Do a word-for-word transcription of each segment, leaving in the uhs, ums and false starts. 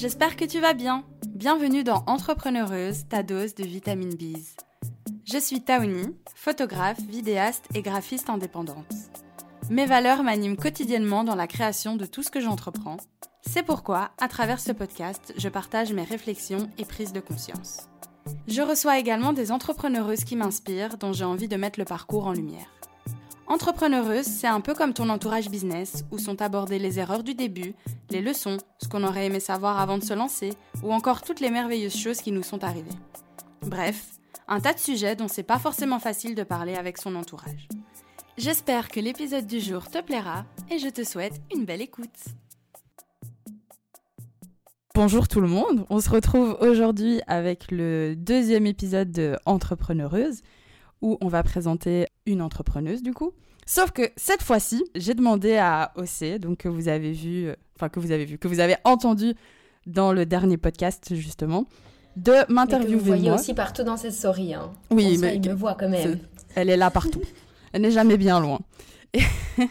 J'espère que tu vas bien. Bienvenue dans Entrepreneureuse, ta dose de vitamine B. Je suis Taouni, photographe, vidéaste et graphiste indépendante. Mes valeurs m'animent quotidiennement dans la création de tout ce que j'entreprends. C'est pourquoi, à travers ce podcast, je partage mes réflexions et prises de conscience. Je reçois également des entrepreneureuses qui m'inspirent, dont j'ai envie de mettre le parcours en lumière. Entrepreneureuse, c'est un peu comme ton entourage business, où sont abordées les erreurs du début, les leçons, ce qu'on aurait aimé savoir avant de se lancer, ou encore toutes les merveilleuses choses qui nous sont arrivées. Bref, un tas de sujets dont c'est pas forcément facile de parler avec son entourage. J'espère que l'épisode du jour te plaira, et je te souhaite une belle écoute. Bonjour tout le monde, on se retrouve aujourd'hui avec le deuxième épisode de Entrepreneureuse, où on va présenter une entrepreneuse du coup. Sauf que cette fois-ci, j'ai demandé à O C, donc que vous avez vu, enfin que vous avez vu, que vous avez entendu dans le dernier podcast justement, de m'interviewer moi. Vous voyez aussi partout dans cette story, hein. Oui, ça, mais il me voit quand même. Elle est là partout. Elle n'est jamais bien loin. Et,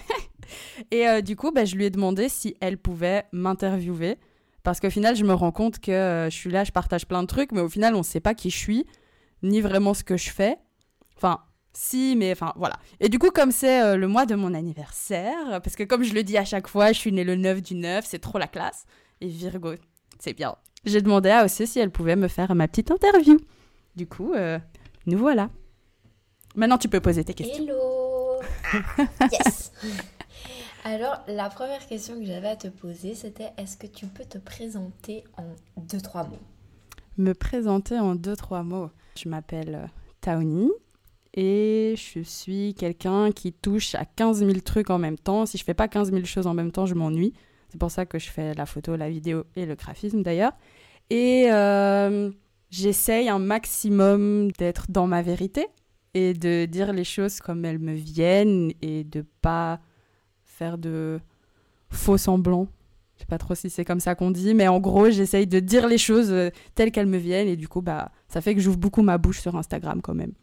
et euh, du coup, bah, je lui ai demandé si elle pouvait m'interviewer. Parce qu'au final, je me rends compte que euh, je suis là, je partage plein de trucs, mais au final, on ne sait pas qui je suis, ni vraiment ce que je fais. Enfin, si, mais enfin, voilà. Et du coup, comme c'est euh, le mois de mon anniversaire, parce que comme je le dis à chaque fois, je suis née le neuf du neuf, c'est trop la classe. Et Virgo, c'est bien. J'ai demandé à O C si elle pouvait me faire ma petite interview. Du coup, euh, nous voilà. Maintenant, tu peux poser tes questions. Hello. Ah, yes. Alors, la première question que j'avais à te poser, c'était est-ce que tu peux te présenter en deux, trois mots ? Me présenter en deux, trois mots. Je m'appelle Taouni et je suis quelqu'un qui touche à quinze mille trucs en même temps. Si je fais pas quinze mille choses en même temps, je m'ennuie. C'est pour ça que je fais la photo, la vidéo et le graphisme d'ailleurs. Et euh, j'essaye un maximum d'être dans ma vérité et de dire les choses comme elles me viennent et de pas faire de faux semblants. Je sais pas trop si c'est comme ça qu'on dit, mais en gros, j'essaye de dire les choses euh, telles qu'elles me viennent et du coup, bah, ça fait que j'ouvre beaucoup ma bouche sur Instagram quand même.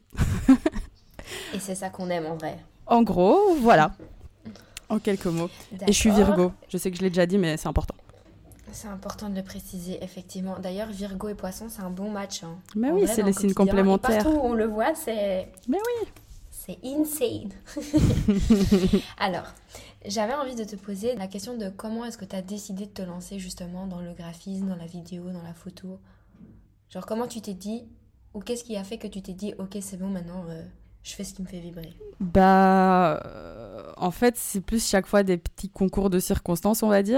Et c'est ça qu'on aime en vrai. En gros, voilà. En quelques mots. D'accord. Et je suis Virgo. Je sais que je l'ai déjà dit, mais c'est important. C'est important de le préciser, effectivement. D'ailleurs, Virgo et Poisson, c'est un bon match. Hein. Mais en oui, vrai, c'est les signes quotidien. complémentaires. Et partout où on le voit, c'est... Mais oui. C'est insane. Alors, j'avais envie de te poser la question de comment est-ce que tu as décidé de te lancer justement dans le graphisme, dans la vidéo, dans la photo. Genre, comment tu t'es dit, ou qu'est-ce qui a fait que tu t'es dit, ok, c'est bon, maintenant, euh, je fais ce qui me fait vibrer. Bah, euh, en fait, c'est plus chaque fois des petits concours de circonstances, on va dire.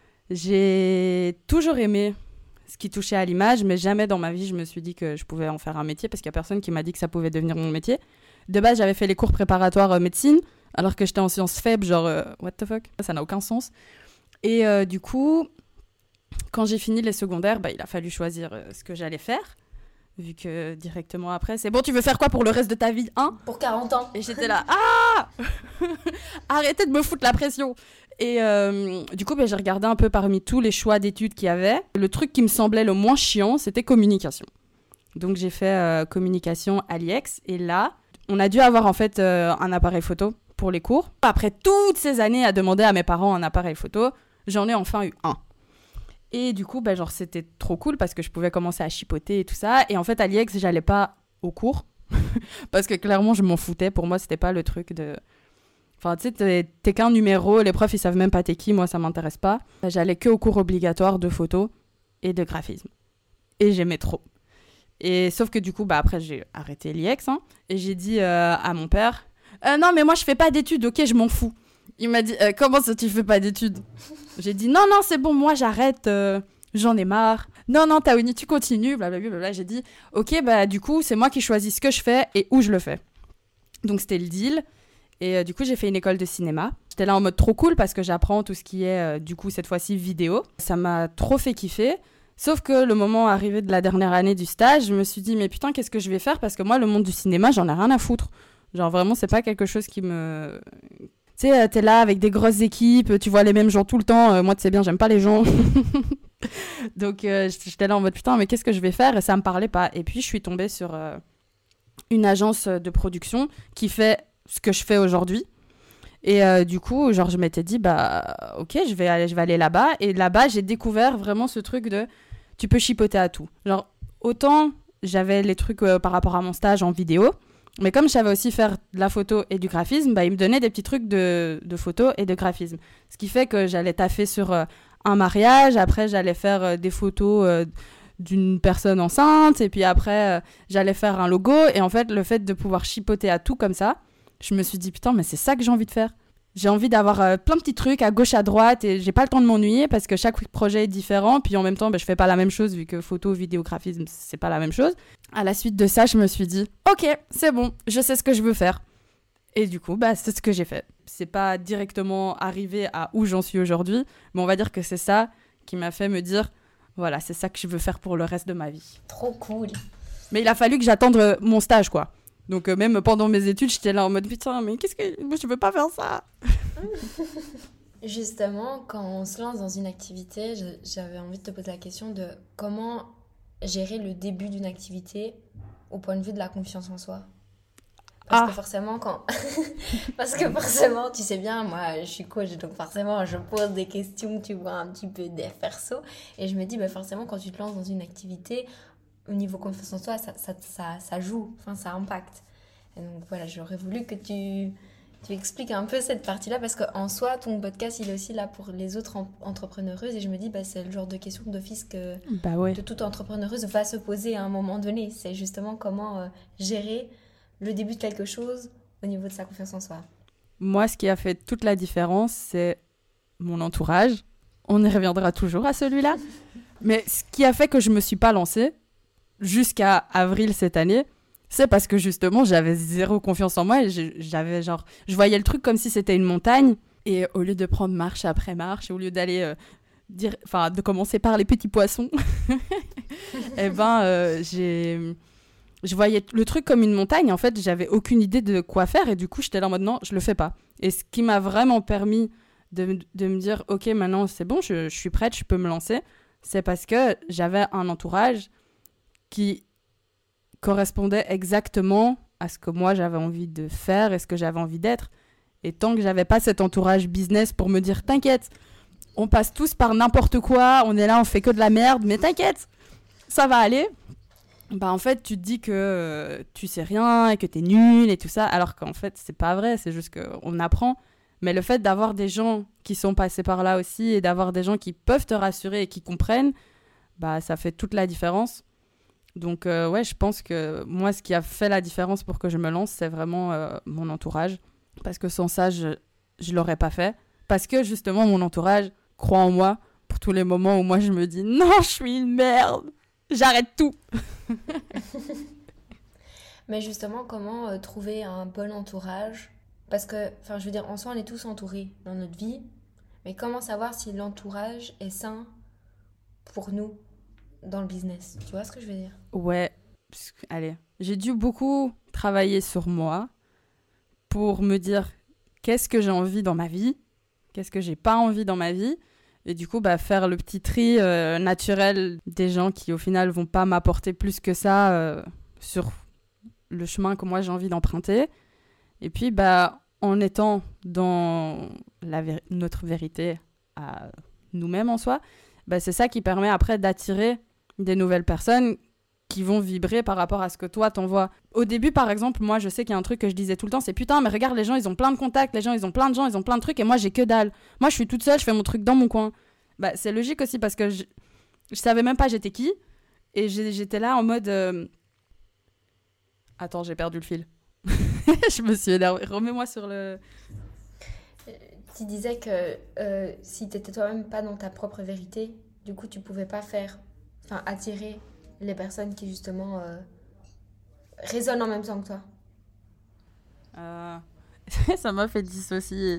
J'ai toujours aimé ce qui touchait à l'image, mais jamais dans ma vie, je me suis dit que je pouvais en faire un métier, parce qu'il n'y a personne qui m'a dit que ça pouvait devenir mon métier. De base, j'avais fait les cours préparatoires euh, médecine, alors que j'étais en sciences faibles, genre, euh, what the fuck, ça n'a aucun sens. Et euh, du coup, quand j'ai fini les secondaires, bah, il a fallu choisir euh, ce que j'allais faire, vu que directement après, c'est bon, tu veux faire quoi pour le reste de ta vie, hein ? Pour quarante ans. Et j'étais là, ah arrêtez de me foutre la pression. Et euh, du coup, bah, j'ai regardé un peu parmi tous les choix d'études qu'il y avait. Le truc qui me semblait le moins chiant, c'était communication. Donc j'ai fait euh, communication à l'I E X, et là, on a dû avoir en fait euh, un appareil photo pour les cours. Après toutes ces années à demander à mes parents un appareil photo, j'en ai enfin eu un. Et du coup, bah, genre, c'était trop cool parce que je pouvais commencer à chipoter et tout ça. Et en fait, à l'I E X, j'allais pas au cours parce que clairement, je m'en foutais. Pour moi, c'était pas le truc de... Enfin, tu sais, t'es, t'es qu'un numéro, les profs, ils savent même pas t'es qui. Moi, ça m'intéresse pas. J'allais que aux cours obligatoires de photo et de graphisme. Et j'aimais trop. Et sauf que du coup, bah, après, j'ai arrêté l'I E X, hein, et j'ai dit euh, à mon père, euh, non, mais moi, je fais pas d'études, ok, je m'en fous. Il m'a dit, euh, comment ça, tu fais pas d'études ? J'ai dit, non, non, c'est bon, moi, j'arrête, euh, j'en ai marre. Non, non, Taouni, tu continues, blablabla. Bla, bla. J'ai dit, ok, bah, du coup, c'est moi qui choisis ce que je fais et où je le fais. Donc, c'était le deal. Et euh, du coup, j'ai fait une école de cinéma. J'étais là en mode trop cool parce que j'apprends tout ce qui est, euh, du coup, cette fois-ci, vidéo. Ça m'a trop fait kiffer. Sauf que le moment arrivé de la dernière année du stage, je me suis dit, mais putain, qu'est-ce que je vais faire ? Parce que moi, le monde du cinéma, j'en ai rien à foutre. Genre, vraiment, c'est pas quelque chose qui me... Tu sais, t'es là avec des grosses équipes, tu vois les mêmes gens tout le temps. Euh, moi, tu sais bien, j'aime pas les gens. Donc, euh, j'étais là en mode, putain, mais qu'est-ce que je vais faire ? Et ça me parlait pas. Et puis, je suis tombée sur euh, une agence de production qui fait ce que je fais aujourd'hui. Et euh, du coup, genre, je m'étais dit, bah, ok, je vais aller, je vais aller là-bas. Et là-bas, j'ai découvert vraiment ce truc de, tu peux chipoter à tout. Genre, autant j'avais les trucs euh, par rapport à mon stage en vidéo, mais comme je savais aussi faire de la photo et du graphisme, bah, ils me donnaient des petits trucs de, de photo et de graphisme. Ce qui fait que j'allais taffer sur euh, un mariage, après j'allais faire euh, des photos euh, d'une personne enceinte, et puis après euh, j'allais faire un logo. Et en fait, le fait de pouvoir chipoter à tout comme ça, je me suis dit, putain, mais c'est ça que j'ai envie de faire. J'ai envie d'avoir euh, plein de petits trucs à gauche, à droite, et j'ai pas le temps de m'ennuyer parce que chaque projet est différent. Puis en même temps, bah, je fais pas la même chose vu que photo, vidéographisme, c'est pas la même chose. À la suite de ça, je me suis dit, ok, c'est bon, je sais ce que je veux faire. Et du coup, bah, c'est ce que j'ai fait. C'est pas directement arrivé à où j'en suis aujourd'hui, mais on va dire que c'est ça qui m'a fait me dire, voilà, c'est ça que je veux faire pour le reste de ma vie. Trop cool. Mais il a fallu que j'attende euh, mon stage, quoi. Donc euh, même pendant mes études, j'étais là en mode putain, mais qu'est-ce que moi je veux pas faire ça. Justement, quand on se lance dans une activité, je- j'avais envie de te poser la question de comment gérer le début d'une activité au point de vue de la confiance en soi. Parce Ah. que forcément, quand... Parce que forcément, tu sais bien, moi, je suis coach, donc forcément, je pose des questions, tu vois, un petit peu des perso. Et je me dis, bah, forcément, quand tu te lances dans une activité, au niveau confiance en soi, ça, ça, ça, ça joue, enfin, ça impacte. Et donc, voilà, j'aurais voulu que tu, tu expliques un peu cette partie-là, parce qu'en soi, ton podcast, il est aussi là pour les autres en- entrepreneureuses. Et je me dis, bah, c'est le genre de question d'office que Bah ouais. de toute entrepreneureuse va se poser à un moment donné. C'est justement comment euh, gérer le début de quelque chose au niveau de sa confiance en soi. Moi, ce qui a fait toute la différence, c'est mon entourage. On y reviendra toujours à celui-là. Mais ce qui a fait que je me suis pas lancée jusqu'à avril cette année, c'est parce que justement, j'avais zéro confiance en moi. Et j'ai- j'avais genre, je voyais le truc comme si c'était une montagne. Et au lieu de prendre marche après marche, au lieu d'aller euh, dire, enfin, de commencer par les petits poissons, eh ben, euh, j'ai, je voyais le truc comme une montagne. En fait, j'avais aucune idée de quoi faire. Et du coup, j'étais là en mode non, je le fais pas. Et ce qui m'a vraiment permis de, de me dire, ok, maintenant c'est bon, je, je suis prête, je peux me lancer, c'est parce que j'avais un entourage qui correspondait exactement à ce que moi j'avais envie de faire et ce que j'avais envie d'être. Et tant que j'avais pas cet entourage business pour me dire, t'inquiète, on passe tous par n'importe quoi, on est là, on fait que de la merde, mais t'inquiète, ça va aller. Bah en fait, tu te dis que euh, tu sais rien et que t'es nul et tout ça, alors qu'en fait, c'est pas vrai, c'est juste qu'on apprend. Mais le fait d'avoir des gens qui sont passés par là aussi et d'avoir des gens qui peuvent te rassurer et qui comprennent, bah ça fait toute la différence. Donc euh, ouais, je pense que moi, ce qui a fait la différence pour que je me lance, c'est vraiment euh, mon entourage. Parce que sans ça, je ne l'aurais pas fait. Parce que justement, mon entourage croit en moi pour tous les moments où moi, je me dis « Non, je suis une merde, j'arrête tout !» Mais justement, comment euh, trouver un bon entourage? Parce que, enfin, je veux dire, en soi, on est tous entourés dans notre vie. Mais comment savoir si l'entourage est sain pour nous dans le business? Tu vois ce que je veux dire? Ouais, parce que- allez, j'ai dû beaucoup travailler sur moi pour me dire qu'est-ce que j'ai envie dans ma vie, qu'est-ce que j'ai pas envie dans ma vie, et du coup bah, faire le petit tri euh, naturel des gens qui au final vont pas m'apporter plus que ça euh, sur le chemin que moi j'ai envie d'emprunter, et puis bah, en étant dans la vé- notre vérité à nous-mêmes en soi, bah, c'est ça qui permet après d'attirer des nouvelles personnes qui vont vibrer par rapport à ce que toi t'envoies. Au début, par exemple, moi, je sais qu'il y a un truc que je disais tout le temps, c'est putain, mais regarde, les gens, ils ont plein de contacts, les gens, ils ont plein de gens, ils ont plein de trucs, et moi, j'ai que dalle. Moi, je suis toute seule, je fais mon truc dans mon coin. Bah, c'est logique aussi parce que je, je savais même pas j'étais qui, et j'ai- j'étais là en mode... euh, Attends, j'ai perdu le fil. Je me suis énervée. Remets-moi sur le... Tu disais que euh, si tu n'étais toi-même pas dans ta propre vérité, du coup, tu pouvais pas faire, enfin, attirer les personnes qui, justement, euh, résonnent en même temps que toi. Euh, Ça m'a fait dissocier.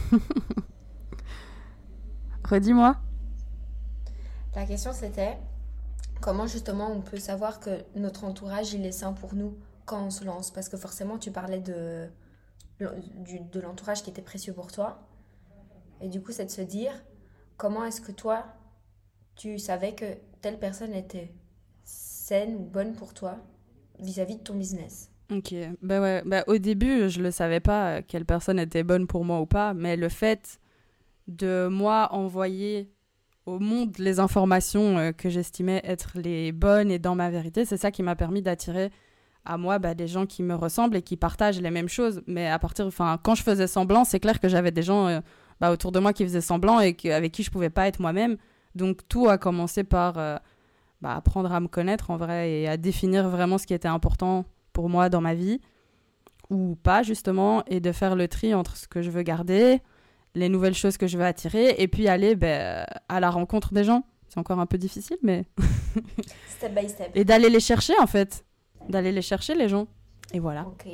Redis-moi. La question, c'était comment, justement, on peut savoir que notre entourage, il est sain pour nous quand on se lance. Parce que forcément, tu parlais de, du- de l'entourage qui était précieux pour toi. Et du coup, c'est de se dire, comment est-ce que toi, tu savais que telle personne était saine ou bonne pour toi vis-à-vis de ton business? Ok, bah ouais, bah au début, je le savais pas euh, quelle personne était bonne pour moi ou pas, mais le fait de moi envoyer au monde les informations euh, que j'estimais être les bonnes et dans ma vérité, c'est ça qui m'a permis d'attirer à moi bah, des gens qui me ressemblent et qui partagent les mêmes choses. Mais à partir, enfin, quand je faisais semblant, c'est clair que j'avais des gens euh, bah, autour de moi qui faisaient semblant et que- avec qui je pouvais pas être moi-même. Donc tout a commencé par euh, bah, apprendre à me connaître en vrai et à définir vraiment ce qui était important pour moi dans ma vie ou pas justement et de faire le tri entre ce que je veux garder, les nouvelles choses que je veux attirer et puis aller ben, à la rencontre des gens. C'est encore un peu difficile, mais... Step by step. Et d'aller les chercher, en fait. D'aller les chercher, les gens. Et voilà. Ok.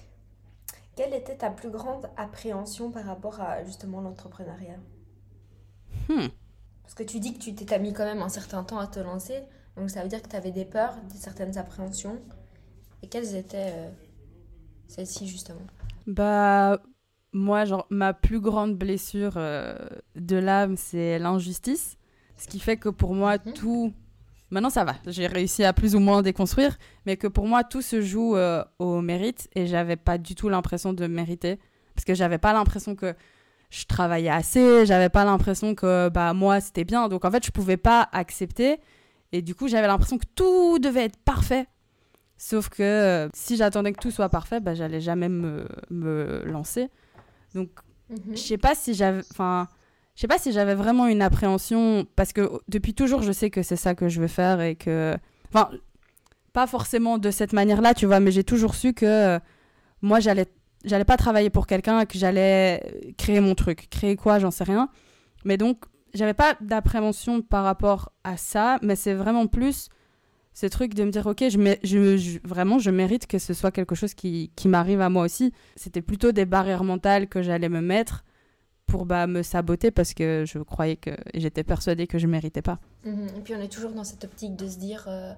Quelle était ta plus grande appréhension par rapport à justement l'entrepreneuriat? Hmm. Parce que tu dis que tu t'es mis quand même un certain temps à te lancer, donc ça veut dire que tu avais des peurs, des certaines appréhensions. Et quelles étaient euh, celles-ci justement? Bah, moi, genre, ma plus grande blessure euh, de l'âme, c'est l'injustice. Ce qui fait que pour moi, Mhm. tout... Maintenant, ça va. J'ai réussi à plus ou moins déconstruire, mais que pour moi, tout se joue euh, au mérite et j'avais pas du tout l'impression de mériter. Parce que j'avais pas l'impression que je travaillais assez, j'avais pas l'impression que bah, moi, c'était bien. Donc, en fait, je pouvais pas accepter. Et du coup, j'avais l'impression que tout devait être parfait. Sauf que euh, si j'attendais que tout soit parfait, bah, j'allais jamais me, me lancer. Donc, Mhm. je sais pas si j'avais... Enfin, je sais pas si j'avais vraiment une appréhension, parce que depuis toujours, je sais que c'est ça que je veux faire et que... Enfin, pas forcément de cette manière-là, tu vois, mais j'ai toujours su que euh, moi, j'allais, j'allais pas travailler pour quelqu'un, que j'allais créer mon truc. Créer quoi, j'en sais rien. Mais donc, j'avais pas d'appréhension par rapport à ça, mais c'est vraiment plus ce truc de me dire, ok, je, mé- je, je- vraiment, je mérite que ce soit quelque chose qui, qui m'arrive à moi aussi. C'était plutôt des barrières mentales que j'allais me mettre pour bah, me saboter parce que je croyais que et j'étais persuadée que je méritais pas. Mhm. Et puis on est toujours dans cette optique de se dire euh,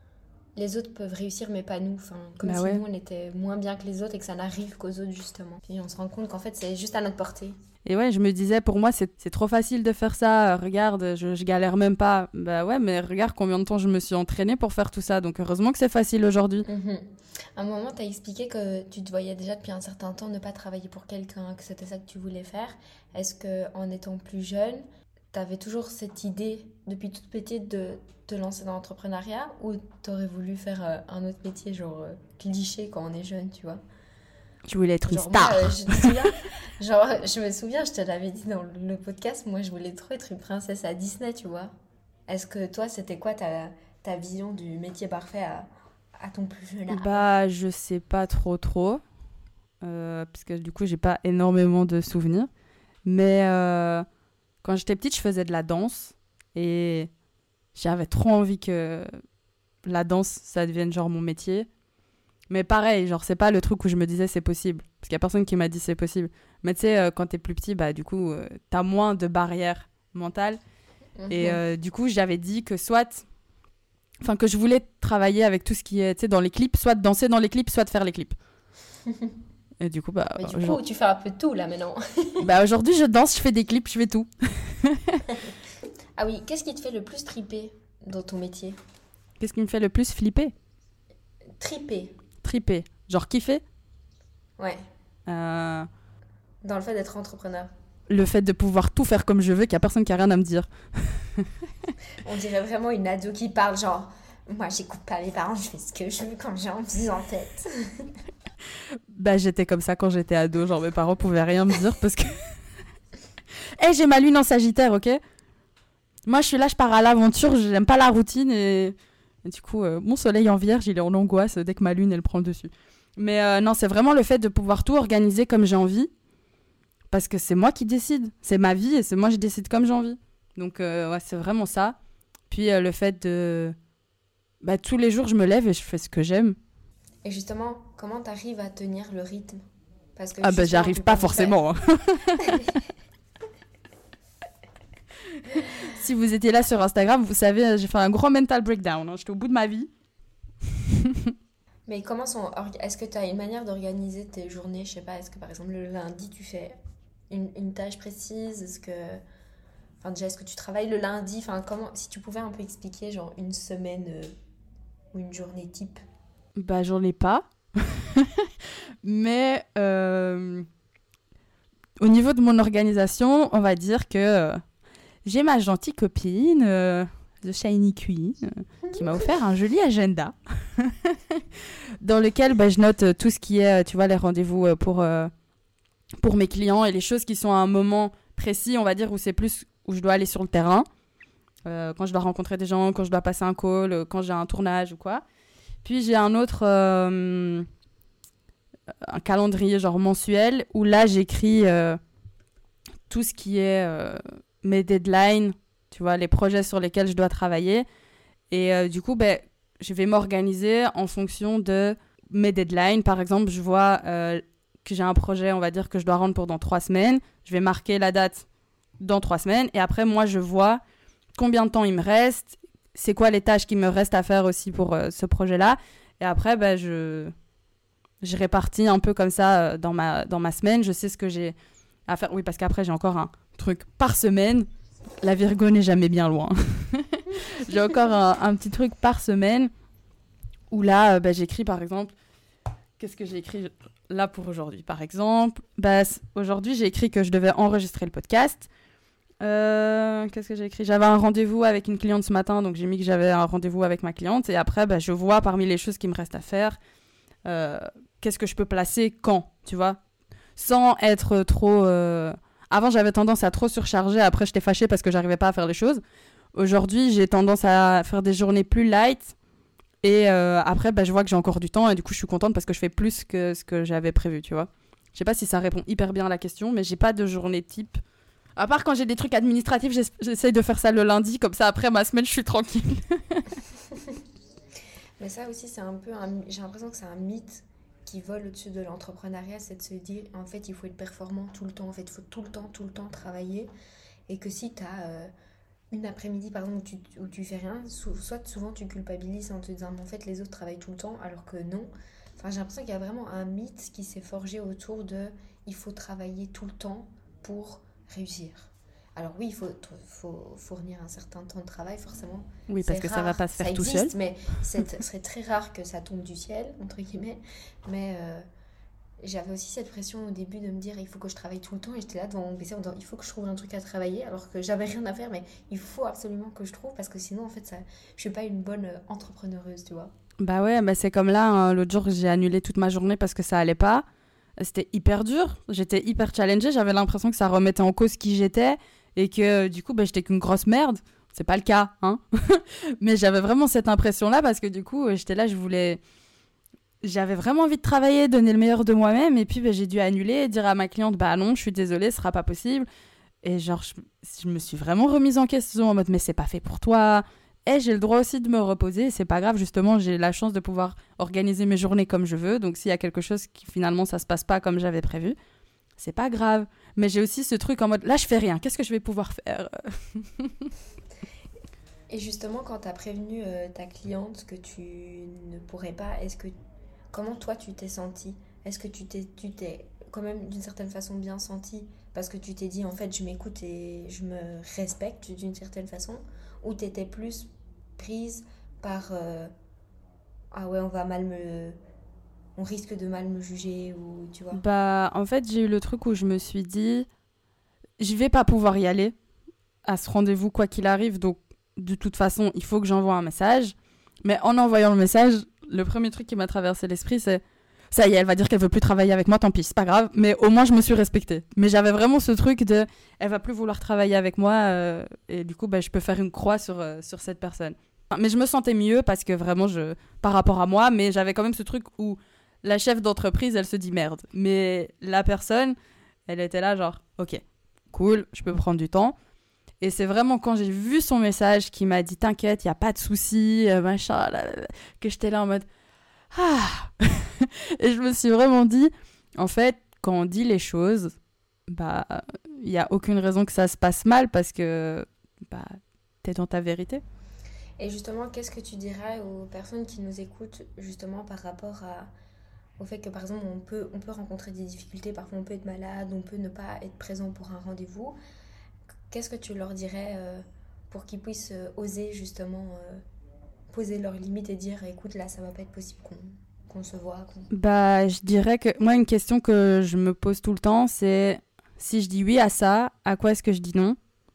les autres peuvent réussir mais pas nous. Enfin, comme Bah si ouais. nous on était moins bien que les autres et que ça n'arrive qu'aux autres justement. Puis on se rend compte qu'en fait c'est juste à notre portée. Et ouais, je me disais, pour moi, c'est, c'est trop facile de faire ça. Regarde, je, je galère même pas. Bah ouais, mais regarde combien de temps je me suis entraînée pour faire tout ça. Donc heureusement que c'est facile aujourd'hui. Mhm. À un moment, tu as expliqué que tu te voyais déjà depuis un certain temps ne pas travailler pour quelqu'un, que c'était ça que tu voulais faire. Est-ce que en étant plus jeune, tu avais toujours cette idée depuis toute petite de te lancer dans l'entrepreneuriat ou tu aurais voulu faire euh, un autre métier, genre euh, cliché quand on est jeune, tu vois? Je voulais être une Genre moi, star. euh, je me souviens, genre, je me souviens, je te l'avais dit dans le podcast, moi je voulais trop être une princesse à Disney, tu vois. Est-ce que toi, c'était quoi ta, ta vision du métier parfait à, à ton plus jeune âge? Bah, je sais pas trop trop. Euh, parce que du coup, j'ai pas énormément de souvenirs. Mais euh, quand j'étais petite, je faisais de la danse. Et j'avais trop envie que la danse, ça devienne genre mon métier. Mais pareil, genre, c'est pas le truc où je me disais c'est possible. Parce qu'il y a personne qui m'a dit c'est possible. Mais tu sais, euh, quand t'es plus petit, bah du coup, euh, t'as moins de barrières mentales. Et Mhm. euh, du coup, j'avais dit que soit... Enfin, que je voulais travailler avec tout ce qui est, tu sais, dans les clips. Soit de danser dans les clips, soit de faire les clips. Et du coup, bah, Mais du aujourd- coup, tu fais un peu de tout là maintenant. bah, aujourd'hui, je danse, je fais des clips, je fais tout. Ah oui, qu'est-ce qui te fait le plus triper dans ton métier? Qu'est-ce qui me fait le plus flipper? Triper, Triper. Genre kiffer. ouais, Euh, dans le fait d'être entrepreneur. le fait de pouvoir tout faire comme je veux, qu'il n'y a personne qui a rien à me dire. On dirait vraiment une ado qui parle genre, moi j'écoute pas mes parents, je fais ce que je veux quand j'ai envie en tête. Bah, j'étais comme ça quand j'étais ado. Genre, mes parents pouvaient rien me dire parce que... Eh, j'ai ma lune en Sagittaire, ok? Moi, je suis là, je pars à l'aventure, j'aime pas la routine et... et du coup, euh, mon soleil en vierge, il est en angoisse dès que ma lune, elle prend le dessus. Mais euh, non, c'est vraiment le fait de pouvoir tout organiser comme j'ai envie parce que c'est moi qui décide. C'est ma vie et c'est moi qui décide comme j'ai envie. Donc, euh, ouais, c'est vraiment ça. Puis euh, le fait de... Bah, tous les jours, je me lève et je fais ce que j'aime. Et justement, comment t'arrives à tenir le rythme? Parce que Ah bah, justement, j'arrive tu pas penses faire- forcément. hein. Si vous étiez là sur Instagram, vous savez, j'ai fait un gros mental breakdown. hein. J'étais au bout de ma vie. Mais comment sont... orga- Est-ce que tu as une manière d'organiser tes journées? Je sais pas, est-ce que par exemple le lundi tu fais une, une tâche précise? Est-ce que... Enfin déjà, est-ce que tu travailles le lundi? Enfin, comment... Si tu pouvais un peu expliquer genre une semaine euh, ou une journée type. Bah, j'en ai pas. Mais euh, au niveau de mon organisation, on va dire que euh, j'ai ma gentille copine, euh, The Shiny Queen, euh, qui m'a offert un joli agenda dans lequel bah, je note euh, tout ce qui est, euh, tu vois, les rendez-vous euh, pour, euh, pour mes clients et les choses qui sont à un moment précis, on va dire, où c'est plus où je dois aller sur le terrain, euh, quand je dois rencontrer des gens, quand je dois passer un call, euh, quand j'ai un tournage ou quoi. Puis j'ai un autre... Euh, un calendrier genre mensuel où là j'écris euh, tout ce qui est euh, mes deadlines, tu vois, les projets sur lesquels je dois travailler. Et euh, du coup, ben, je vais m'organiser en fonction de mes deadlines. Par exemple, je vois euh, que j'ai un projet, on va dire, que je dois rendre pour dans trois semaines. Je vais marquer la date dans trois semaines. Et après, moi, je vois combien de temps il me reste, c'est quoi les tâches qui me restent à faire aussi pour euh, ce projet-là. Et après, ben, je... Je répartis un peu comme ça euh, dans, ma, dans ma semaine. Je sais ce que j'ai à faire. Oui, parce qu'après, j'ai encore un truc par semaine. La Virgo n'est jamais bien loin. J'ai encore un, un petit truc par semaine où là, euh, bah, j'écris par exemple... Qu'est-ce que j'ai écrit là pour aujourd'hui, par exemple bah, aujourd'hui, j'ai écrit que je devais enregistrer le podcast. Euh, qu'est-ce que j'ai écrit J'avais un rendez-vous avec une cliente ce matin, donc j'ai mis que j'avais un rendez-vous avec ma cliente. Et après, bah, je vois parmi les choses qui me restent à faire... Euh, qu'est-ce que je peux placer quand, tu vois, sans être trop... Euh... Avant, j'avais tendance à trop surcharger. Après, j'étais fâchée parce que j'arrivais pas à faire les choses. Aujourd'hui, j'ai tendance à faire des journées plus light. Et euh, après, bah, je vois que j'ai encore du temps. Et du coup, je suis contente parce que je fais plus que ce que j'avais prévu, tu vois. Je sais pas si ça répond hyper bien à la question, mais j'ai pas de journée type. À part quand j'ai des trucs administratifs, j'ess- j'essaye de faire ça le lundi. Comme ça, après ma semaine, je suis tranquille. Mais ça aussi, c'est un peu un... J'ai l'impression que c'est un mythe qui vole au-dessus de l'entrepreneuriat, c'est de se dire, en fait, il faut être performant tout le temps. En fait, il faut tout le temps, tout le temps travailler. Et que si tu as euh, une après-midi, par exemple, où tu, où tu fais rien, sou- soit souvent tu culpabilises en te disant, mais en fait, les autres travaillent tout le temps, alors que non. Enfin, j'ai l'impression qu'il y a vraiment un mythe qui s'est forgé autour de, il faut travailler tout le temps pour réussir. Alors oui, il faut, faut fournir un certain temps de travail, forcément. Oui, parce C'est que ça rare, va pas se ça faire tout existe, seul. mais ce serait très rare que ça tombe du ciel, entre guillemets. Mais euh, j'avais aussi cette pression au début de me dire, il faut que je travaille tout le temps. Et j'étais là devant mon P C en disant, il faut que je trouve un truc à travailler, alors que j'avais rien à faire, mais il faut absolument que je trouve, parce que sinon, en fait, ça, je suis pas une bonne euh, entrepreneureuse, tu vois. Bah ouais, bah c'est comme là, hein, l'autre jour, j'ai annulé toute ma journée parce que ça allait pas. C'était hyper dur. J'étais hyper challengée. J'avais l'impression que ça remettait en cause qui j'étais et que du coup, bah, j'étais qu'une grosse merde. C'est pas le cas, hein. Mais j'avais vraiment cette impression-là parce que du coup, j'étais là, je voulais... J'avais vraiment envie de travailler, donner le meilleur de moi-même. Et puis, bah, j'ai dû annuler et dire à ma cliente, bah non, je suis désolée, ce sera pas possible. Et genre, je, je me suis vraiment remise en question en mode, mais c'est pas fait pour toi. Et j'ai le droit aussi de me reposer. C'est pas grave, justement, j'ai la chance de pouvoir organiser mes journées comme je veux. Donc, s'il y a quelque chose qui finalement, ça se passe pas comme j'avais prévu, c'est pas grave. Mais j'ai aussi ce truc en mode, là, je fais rien. Qu'est-ce que je vais pouvoir faire? Et justement, quand tu as prévenu euh, ta cliente que tu ne pourrais pas, est-ce que comment toi tu t'es sentie? Est-ce que tu t'es, tu t'es quand même d'une certaine façon bien sentie parce que tu t'es dit en fait je m'écoute et je me respecte d'une certaine façon, ou t'étais plus prise par euh, ah ouais on va mal me on risque de mal me juger, ou tu vois? Bah, en fait, j'ai eu le truc où je me suis dit, je vais pas pouvoir y aller à ce rendez-vous quoi qu'il arrive. Donc, de toute façon, il faut que j'envoie un message. Mais en envoyant le message, le premier truc qui m'a traversé l'esprit, c'est ça y est, elle va dire qu'elle veut plus travailler avec moi, tant pis, c'est pas grave. Mais au moins, je me suis respectée. Mais j'avais vraiment ce truc de, elle va plus vouloir travailler avec moi. Euh, et du coup, bah, je peux faire une croix sur, euh, sur cette personne. Mais je me sentais mieux parce que vraiment, je, par rapport à moi, mais j'avais quand même ce truc où la chef d'entreprise, elle se dit merde. Mais la personne, elle était là genre, ok, cool, je peux prendre du temps. Et c'est vraiment quand j'ai vu son message qui m'a dit t'inquiète, il n'y a pas de souci, euh, machin, là, là, là, que j'étais là en mode ah. Et je me suis vraiment dit, en fait, quand on dit les choses, bah, il n'y a aucune raison que ça se passe mal parce que bah, t'es dans ta vérité. Et justement, qu'est-ce que tu dirais aux personnes qui nous écoutent justement par rapport à, au fait que par exemple on peut, on peut rencontrer des difficultés, parfois on peut être malade, on peut ne pas être présent pour un rendez-vous. Qu'est-ce que tu leur dirais euh, pour qu'ils puissent euh, oser justement euh, poser leurs limites et dire écoute là ça va pas être possible qu'on, qu'on se voit qu'on... Bah, je dirais que moi, une question que je me pose tout le temps, c'est si je dis oui à ça, à quoi est-ce que je dis non?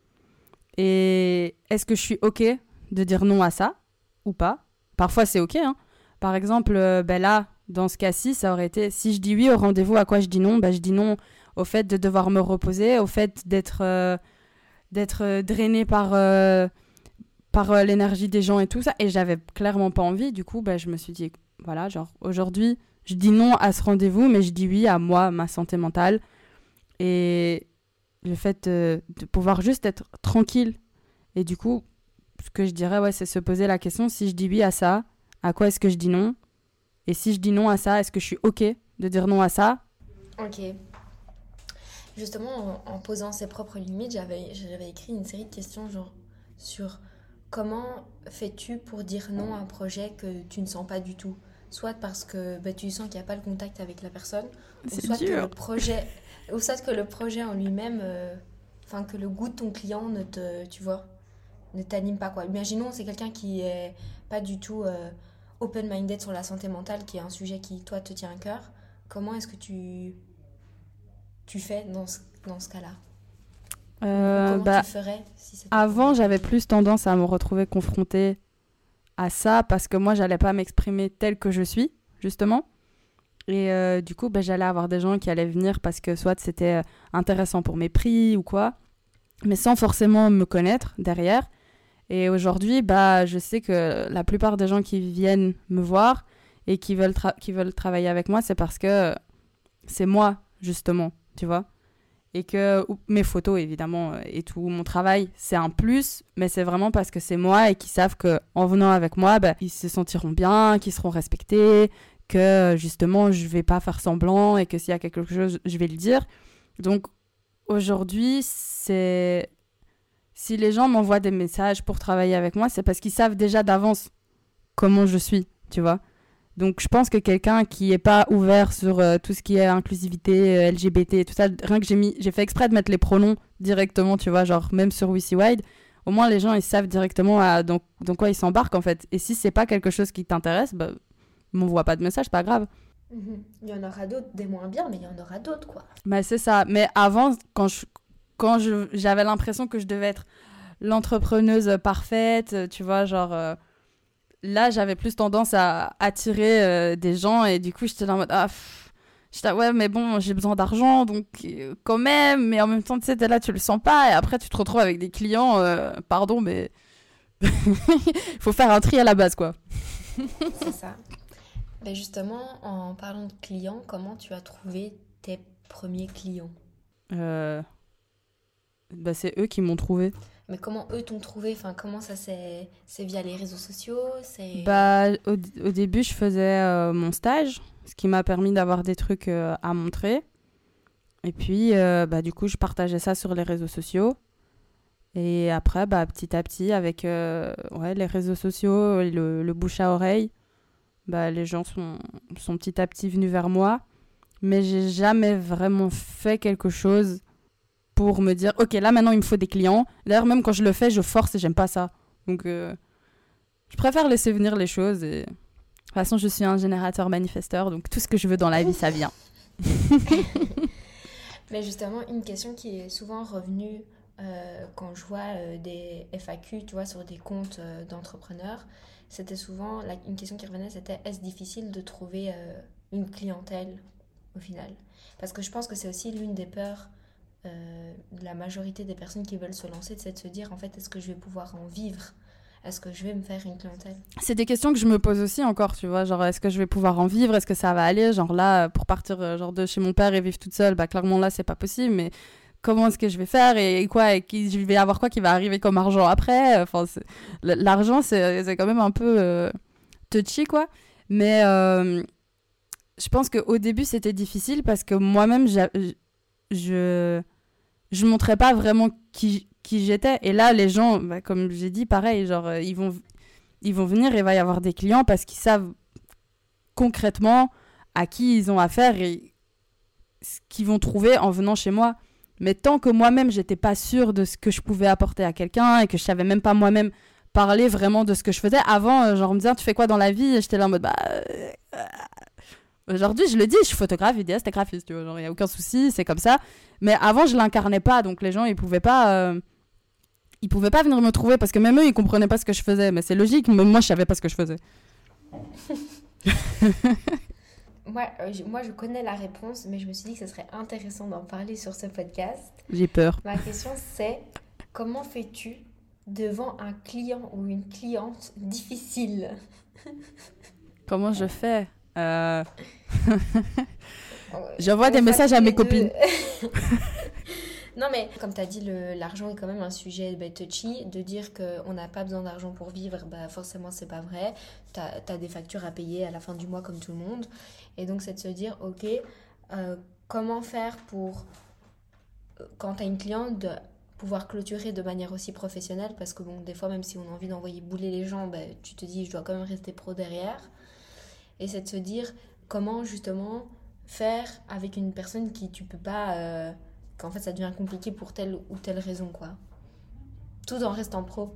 Et est-ce que je suis OK de dire non à ça ou pas? Parfois, c'est OK, hein. Par exemple, euh, ben là, dans ce cas-ci, ça aurait été si je dis oui au rendez-vous, à quoi je dis non? Ben, je dis non au fait de devoir me reposer, au fait d'être, euh, d'être euh, drainé par, euh, par euh, l'énergie des gens et tout ça. Et j'avais clairement pas envie. Du coup, ben, je me suis dit, voilà, genre, aujourd'hui, je dis non à ce rendez-vous, mais je dis oui à moi, ma santé mentale. Et le fait de, de pouvoir juste être tranquille. Et du coup, ce que je dirais, ouais, c'est se poser la question, si je dis oui à ça, à quoi est-ce que je dis non? Et si je dis non à ça, est-ce que je suis OK de dire non à ça? Ok. Justement, en, en posant ses propres limites, j'avais, j'avais écrit une série de questions genre sur comment fais-tu pour dire non à un projet que tu ne sens pas du tout? Soit parce que bah, tu sens qu'il n'y a pas le contact avec la personne, C'est ou soit dur. que le projet, ou soit que le projet en lui-même, enfin euh, que le goût de ton client ne te, tu vois, ne t'anime pas quoi. Imaginons c'est quelqu'un qui est pas du tout euh, open-minded sur la santé mentale, qui est un sujet qui toi te tient à cœur. Comment est-ce que tu tu fais dans ce, dans ce cas-là? Euh, Comment bah, tu ferais si c'était avant, j'avais plus tendance à me retrouver confrontée à ça parce que moi, j'allais pas m'exprimer telle que je suis, justement. Et euh, du coup, bah, j'allais avoir des gens qui allaient venir parce que soit c'était intéressant pour mes prix ou quoi, mais sans forcément me connaître derrière. Et aujourd'hui, bah, je sais que la plupart des gens qui viennent me voir et qui veulent, tra- qui veulent travailler avec moi, c'est parce que c'est moi, justement, tu vois. Et que ou, mes photos, évidemment, et tout, mon travail, c'est un plus, mais c'est vraiment parce que c'est moi et qu'ils savent qu'en venant avec moi, bah, ils se sentiront bien, qu'ils seront respectés, que justement, je vais pas faire semblant et que s'il y a quelque chose, je vais le dire. Donc, aujourd'hui, c'est... Si les gens m'envoient des messages pour travailler avec moi, c'est parce qu'ils savent déjà d'avance comment je suis, tu vois. Donc, je pense que quelqu'un qui n'est pas ouvert sur euh, tout ce qui est inclusivité, euh, L G B T, tout ça, rien que j'ai mis, j'ai fait exprès de mettre les pronoms directement, tu vois, genre même sur WisiWide, au moins les gens, ils savent directement à, dans, dans quoi ils s'embarquent, en fait. Et si c'est pas quelque chose qui t'intéresse, bah, m'envoie pas de message, pas grave. Mm-hmm. Il y en aura d'autres, des moins bien, mais il y en aura d'autres, quoi. Bah, c'est ça. Mais avant, quand je, quand je, j'avais l'impression que je devais être l'entrepreneuse parfaite, tu vois, genre... Euh, là, j'avais plus tendance à attirer euh, des gens et du coup, j'étais là en mode ah, pff, j'étais là, ouais, mais bon, j'ai besoin d'argent donc euh, quand même, mais en même temps, tu sais, t'es là, tu le sens pas et après, tu te retrouves avec des clients, euh, pardon, mais il faut faire un tri à la base, quoi. C'est ça. Ben justement, en parlant de clients, comment tu as trouvé tes premiers clients? euh... bah, c'est eux qui m'ont trouvé. Mais comment eux t'ont trouvé? Enfin, comment ça c'est c'est via les réseaux sociaux? C'est... Bah, au, au début, je faisais euh, mon stage, ce qui m'a permis d'avoir des trucs euh, à montrer. Et puis, euh, bah, du coup, je partageais ça sur les réseaux sociaux. Et après, bah, petit à petit, avec euh, ouais, les réseaux sociaux et le, le bouche à oreille, bah, les gens sont, sont petit à petit venus vers moi. Mais j'ai jamais vraiment fait quelque chose pour me dire, ok, là maintenant il me faut des clients. D'ailleurs, même quand je le fais, je force et j'aime pas ça. Donc, euh, je préfère laisser venir les choses. Et... De toute façon, je suis un générateur manifesteur, donc tout ce que je veux dans la vie, ça vient. Mais justement, une question qui est souvent revenue euh, quand je vois euh, des F A Q, tu vois, sur des comptes euh, d'entrepreneurs, c'était souvent, la, une question qui revenait, c'était est-ce difficile de trouver euh, une clientèle au final? Parce que je pense que c'est aussi l'une des peurs Euh, de la majorité des personnes qui veulent se lancer, c'est de se dire en fait est-ce que je vais pouvoir en vivre, est-ce que je vais me faire une clientèle? C'est des questions que je me pose aussi encore, tu vois, genre est-ce que je vais pouvoir en vivre, est-ce que ça va aller, genre là pour partir genre de chez mon père et vivre toute seule, bah clairement là c'est pas possible, mais comment est-ce que je vais faire et quoi, et qui, je vais avoir quoi qui va arriver comme argent après, enfin c'est, l'argent c'est, c'est quand même un peu euh, touchy quoi, mais euh, je pense qu'au début c'était difficile parce que moi-même je je je montrais pas vraiment qui, qui j'étais. Et là, les gens, bah, comme j'ai dit, pareil, genre, euh, ils, vont, ils vont venir et il va y avoir des clients parce qu'ils savent concrètement à qui ils ont affaire et ce qu'ils vont trouver en venant chez moi. Mais tant que moi-même, j'étais pas sûre de ce que je pouvais apporter à quelqu'un et que je savais même pas moi-même parler vraiment de ce que je faisais. Avant, euh, genre, on me disait, tu fais quoi dans la vie? Et j'étais là en mode, bah... euh, Aujourd'hui, je le dis, je suis photographe, vidéaste et graphiste, tu vois, genre, il n'y a aucun souci, c'est comme ça. Mais avant, je l'incarnais pas, donc les gens, ils pouvaient pas... Euh, ils pouvaient pas venir me trouver, parce que même eux, ils comprenaient pas ce que je faisais. Mais c'est logique, même moi, je savais pas ce que je faisais. Moi, euh, je, moi, je connais la réponse, mais je me suis dit que ce serait intéressant d'en parler sur ce podcast. J'ai peur. Ma question, c'est comment fais-tu devant un client ou une cliente difficile? Comment je fais euh... Euh, J'envoie des une fois messages tous à mes les deux- copines. Non, mais comme tu as dit, le- l'argent est quand même un sujet bah, touchy. De dire qu'on n'a pas besoin d'argent pour vivre, bah, forcément, c'est pas vrai. Tu as des factures à payer à la fin du mois, comme tout le monde. Et donc, c'est de se dire, ok, euh, comment faire pour, euh, quand tu as une cliente, de pouvoir clôturer de manière aussi professionnelle. Parce que, bon, des fois, même si on a envie d'envoyer bouler les gens, bah, tu te dis, je dois quand même rester pro derrière. Et c'est de se dire, comment justement faire avec une personne qui tu peux pas... Euh, qu'en fait ça devient compliqué pour telle ou telle raison, quoi. Tout en restant pro.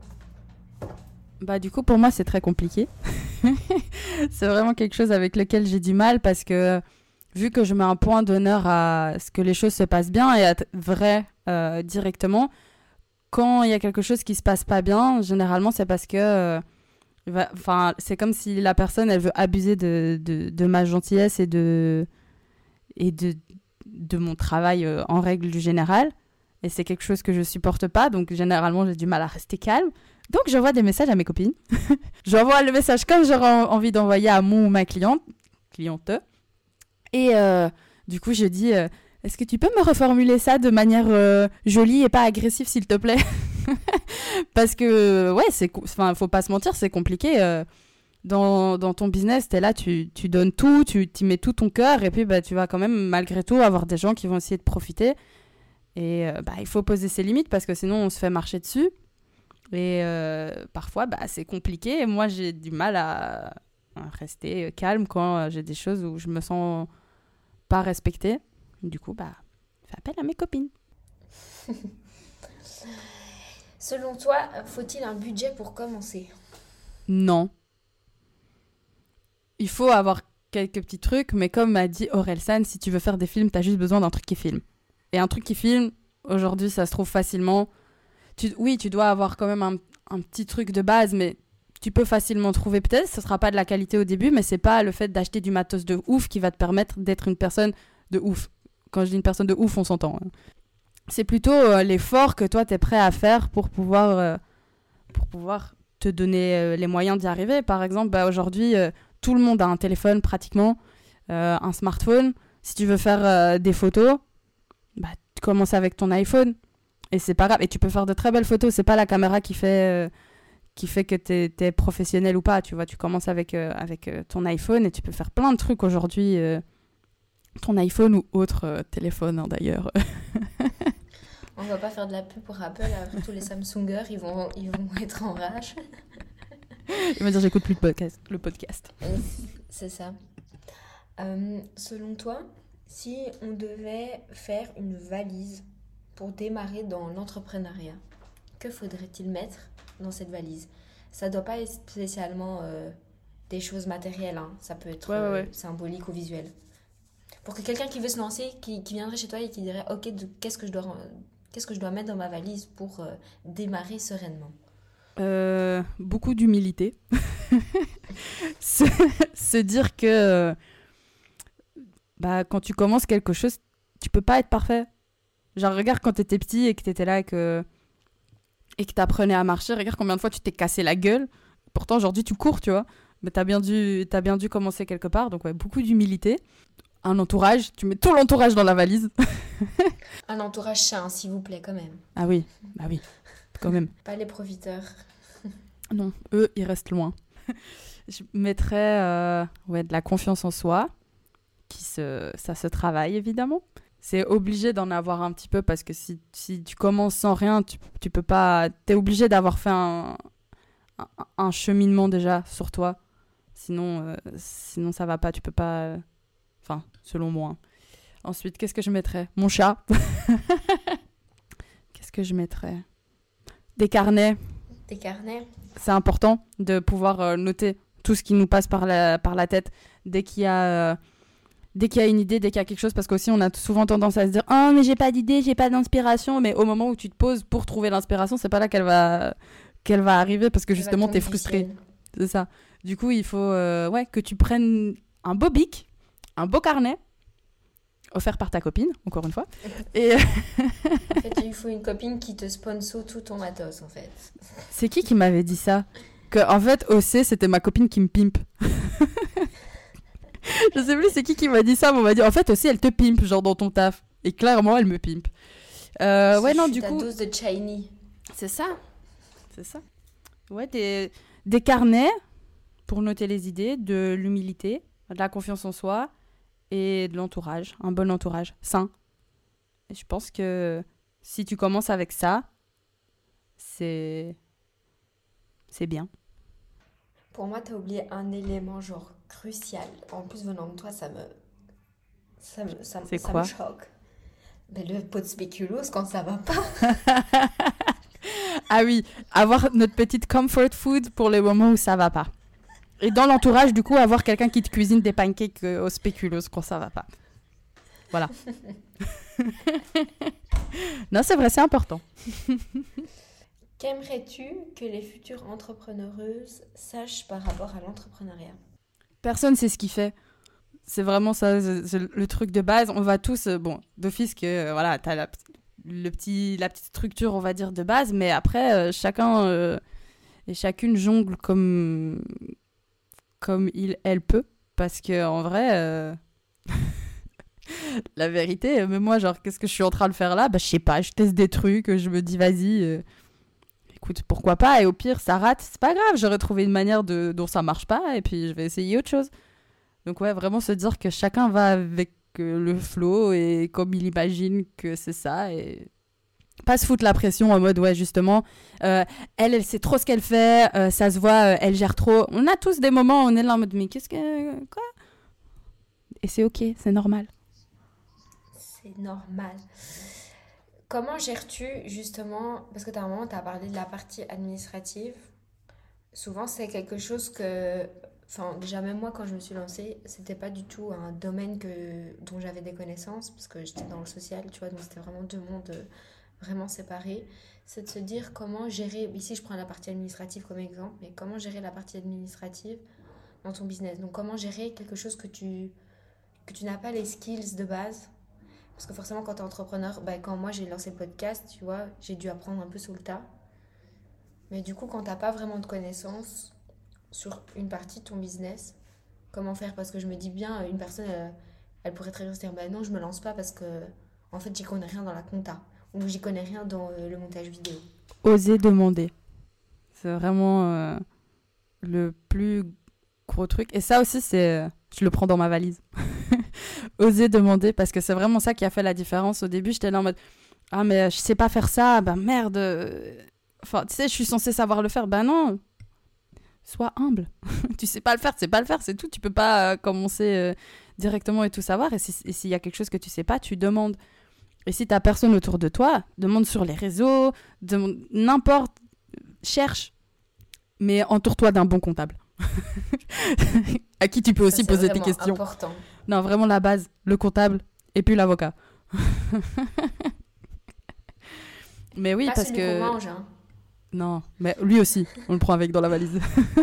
Bah du coup pour moi c'est très compliqué. C'est vraiment quelque chose avec lequel j'ai du mal parce que vu que je mets un point d'honneur à ce que les choses se passent bien et à être vrai euh, directement, quand il y a quelque chose qui se passe pas bien, généralement c'est parce que euh, va- enfin c'est comme si la personne elle veut abuser de, de, de ma gentillesse et de et de de mon travail euh, en règle générale. Et c'est quelque chose que je supporte pas, donc généralement j'ai du mal à rester calme. Donc j'envoie des messages à mes copines. J'envoie le message comme j'aurais en- envie d'envoyer à mon ou ma cliente, cliente. Et euh, du coup je dis, euh, est-ce que tu peux me reformuler ça de manière euh, jolie et pas agressive s'il te plaît? Parce que ouais, c'est, enfin faut pas se mentir, c'est compliqué. euh, Dans, dans ton business, t'es là, tu, tu donnes tout, tu y mets tout ton cœur, et puis bah, tu vas quand même, malgré tout, avoir des gens qui vont essayer de profiter. Et euh, bah, il faut poser ses limites, parce que sinon, on se fait marcher dessus. Et euh, parfois, bah, c'est compliqué. Et moi, j'ai du mal à, à rester calme quand euh, j'ai des choses où je me sens pas respectée. Du coup, bah, fais appel à mes copines. Selon toi, faut-il un budget pour commencer? Non. Il faut avoir quelques petits trucs, mais comme m'a dit Orelsan, si tu veux faire des films, t'as juste besoin d'un truc qui filme. Et un truc qui filme, aujourd'hui, ça se trouve facilement. Tu, oui, tu dois avoir quand même un, un petit truc de base, mais tu peux facilement trouver. Peut-être ce sera pas de la qualité au début, mais c'est pas le fait d'acheter du matos de ouf qui va te permettre d'être une personne de ouf. Quand je dis une personne de ouf, on s'entend. Hein. C'est plutôt euh, l'effort que toi, t'es prêt à faire pour pouvoir, euh, pour pouvoir te donner euh, les moyens d'y arriver. Par exemple, bah, aujourd'hui... Euh, tout le monde a un téléphone pratiquement, euh, un smartphone. Si tu veux faire euh, des photos, bah, tu commences avec ton iPhone. Et c'est pas grave. Et tu peux faire de très belles photos. C'est pas la caméra qui fait, euh, qui fait que t'es, t'es professionnel ou pas. Tu vois, tu commences avec, euh, avec euh, ton iPhone et tu peux faire plein de trucs aujourd'hui. Euh, ton iPhone ou autre euh, téléphone, hein, d'ailleurs. On va pas faire de la pub pour Apple. Après, tous les Samsungers, ils vont, ils vont être en rage. Il va dire j'écoute plus de podcast, le podcast. C'est ça. Euh, selon toi, si on devait faire une valise pour démarrer dans l'entrepreneuriat, que faudrait-il mettre dans cette valise? Ça doit pas être spécialement euh, des choses matérielles, hein. Ça peut être ouais, ouais, ouais. euh, symbolique ou visuel. Pour que quelqu'un qui veut se lancer, qui, qui viendrait chez toi et qui dirait ok, de, qu'est-ce que je dois, qu'est-ce que je dois mettre dans ma valise pour euh, démarrer sereinement? Euh, beaucoup d'humilité. se, se dire que euh, bah, quand tu commences quelque chose, tu peux pas être parfait. Genre, regarde quand t'étais petit et que t'étais là et que, et que t'apprenais à marcher, regarde combien de fois tu t'es cassé la gueule. Pourtant, aujourd'hui, tu cours, tu vois. Mais t'as bien dû, t'as bien dû commencer quelque part. Donc, ouais, beaucoup d'humilité. Un entourage, tu mets tout l'entourage dans la valise. Un entourage sain, s'il vous plaît, quand même. Ah oui, bah oui, quand même. Pas les profiteurs. Non, eux, ils restent loin. Je mettrais euh, ouais, de la confiance en soi, qui se, ça se travaille évidemment. C'est obligé d'en avoir un petit peu parce que si, si tu commences sans rien, tu, tu peux pas. T'es obligé d'avoir fait un, un, un cheminement déjà sur toi. Sinon, euh, sinon ça va pas. Tu peux pas. Euh... Enfin, selon moi. Ensuite, qu'est-ce que je mettrais? Mon chat. Qu'est-ce que je mettrais? Des carnets. Tes carnets. C'est important de pouvoir euh, noter tout ce qui nous passe par la, par la tête dès qu'il y a... Euh, Dès qu'il y a une idée, dès qu'il y a quelque chose, parce qu'aussi on a souvent tendance à se dire « Oh, mais j'ai pas d'idée, j'ai pas d'inspiration », mais au moment où tu te poses pour trouver l'inspiration, c'est pas là qu'elle va, qu'elle va arriver, parce que Elle justement, t'es frustré. C'est ça. Du coup, il faut euh, ouais, que tu prennes un beau bic, un beau carnet, offert par ta copine, encore une fois. Et... en fait, il faut une copine qui te sponsor tout ton matos, en fait. C'est qui qui m'avait dit ça ? Que, en fait, O C, c'était ma copine qui me pimpe. Je sais plus c'est qui qui m'a dit ça, mais on m'a dit en fait aussi elle te pimpe genre dans ton taf et clairement elle me pimpe. Euh, ouais non du coup. Ta dose de shiny. C'est ça, c'est ça. Ouais des des carnets pour noter les idées, de l'humilité, de la confiance en soi et de l'entourage, un bon entourage sain. Et je pense que si tu commences avec ça, c'est c'est bien. Pour moi, t'as oublié un élément genre crucial. En plus, venant de toi, ça me... Ça me, ça, C'est ça quoi me choque. Mais le pot de spéculoos quand ça va pas. Ah oui, avoir notre petite comfort food pour les moments où ça va pas. Et dans l'entourage, du coup, avoir quelqu'un qui te cuisine des pancakes euh, au spéculoos quand ça va pas. Voilà. Non, c'est vrai, c'est important. Qu'aimerais-tu que les futures entrepreneureuses sachent par rapport à l'entrepreneuriat ? Personne sait ce qu'il fait. C'est vraiment ça, c'est, c'est le truc de base. On va tous, euh, bon, d'office que, euh, voilà, t'as la, le petit, la petite structure, on va dire, de base, mais après, euh, chacun euh, et chacune jongle comme, comme il, elle peut, parce que en vrai, euh, la vérité, même moi, genre, qu'est-ce que je suis en train de faire là ? Bah, je sais pas, je teste des trucs, je me dis, vas-y... Euh, écoute, pourquoi pas, et au pire, ça rate, c'est pas grave, j'aurais trouvé une manière de, dont ça marche pas, et puis je vais essayer autre chose. Donc ouais, vraiment se dire que chacun va avec euh, le flow, et comme il imagine que c'est ça, et pas se foutre la pression en mode, ouais, justement, euh, elle, elle sait trop ce qu'elle fait, euh, ça se voit, euh, elle gère trop. On a tous des moments où on est là en mode, mais qu'est-ce que... Quoi ? Et c'est ok, c'est normal. C'est normal. Comment gères-tu justement, parce que tu as un moment, tu as parlé de la partie administrative. Souvent, c'est quelque chose que, enfin, déjà même moi, quand je me suis lancée, c'était pas du tout un domaine que, dont j'avais des connaissances, parce que j'étais dans le social, tu vois, donc c'était vraiment deux mondes vraiment séparés. C'est de se dire comment gérer, ici je prends la partie administrative comme exemple, mais comment gérer la partie administrative dans ton business. Donc comment gérer quelque chose que tu, que tu n'as pas les skills de base. Parce que forcément, quand tu es entrepreneur, bah, quand moi j'ai lancé le podcast, tu vois, j'ai dû apprendre un peu sur le tas. Mais du coup, quand tu n'as pas vraiment de connaissances sur une partie de ton business, comment faire ? Parce que je me dis bien, une personne, elle, elle pourrait très bien se dire, bah non, je me lance pas parce que, en fait, j'y connais rien dans la compta. Ou j'y connais rien dans euh, le montage vidéo. Oser demander. C'est vraiment euh, le plus gros truc. Et ça aussi, c'est... Je le prends dans ma valise. Oser demander, parce que c'est vraiment ça qui a fait la différence. Au début, j'étais là en mode « Ah, mais je sais pas faire ça, ben merde. Enfin, tu sais, je suis censée savoir le faire. » Ben non. Sois humble. Tu sais pas le faire, tu sais pas le faire, c'est tout. Tu peux pas euh, commencer euh, directement et tout savoir. Et, si, et s'il y a quelque chose que tu sais pas, tu demandes. Et si t'as personne autour de toi, demande sur les réseaux, demande n'importe, cherche. Mais entoure-toi d'un bon comptable. À qui tu peux aussi ça, poser tes questions. Important. Non, vraiment la base, le comptable et puis l'avocat. Mais oui, pas parce celui que... qu'on mange, hein. Non, mais lui aussi, on le prend avec dans la valise.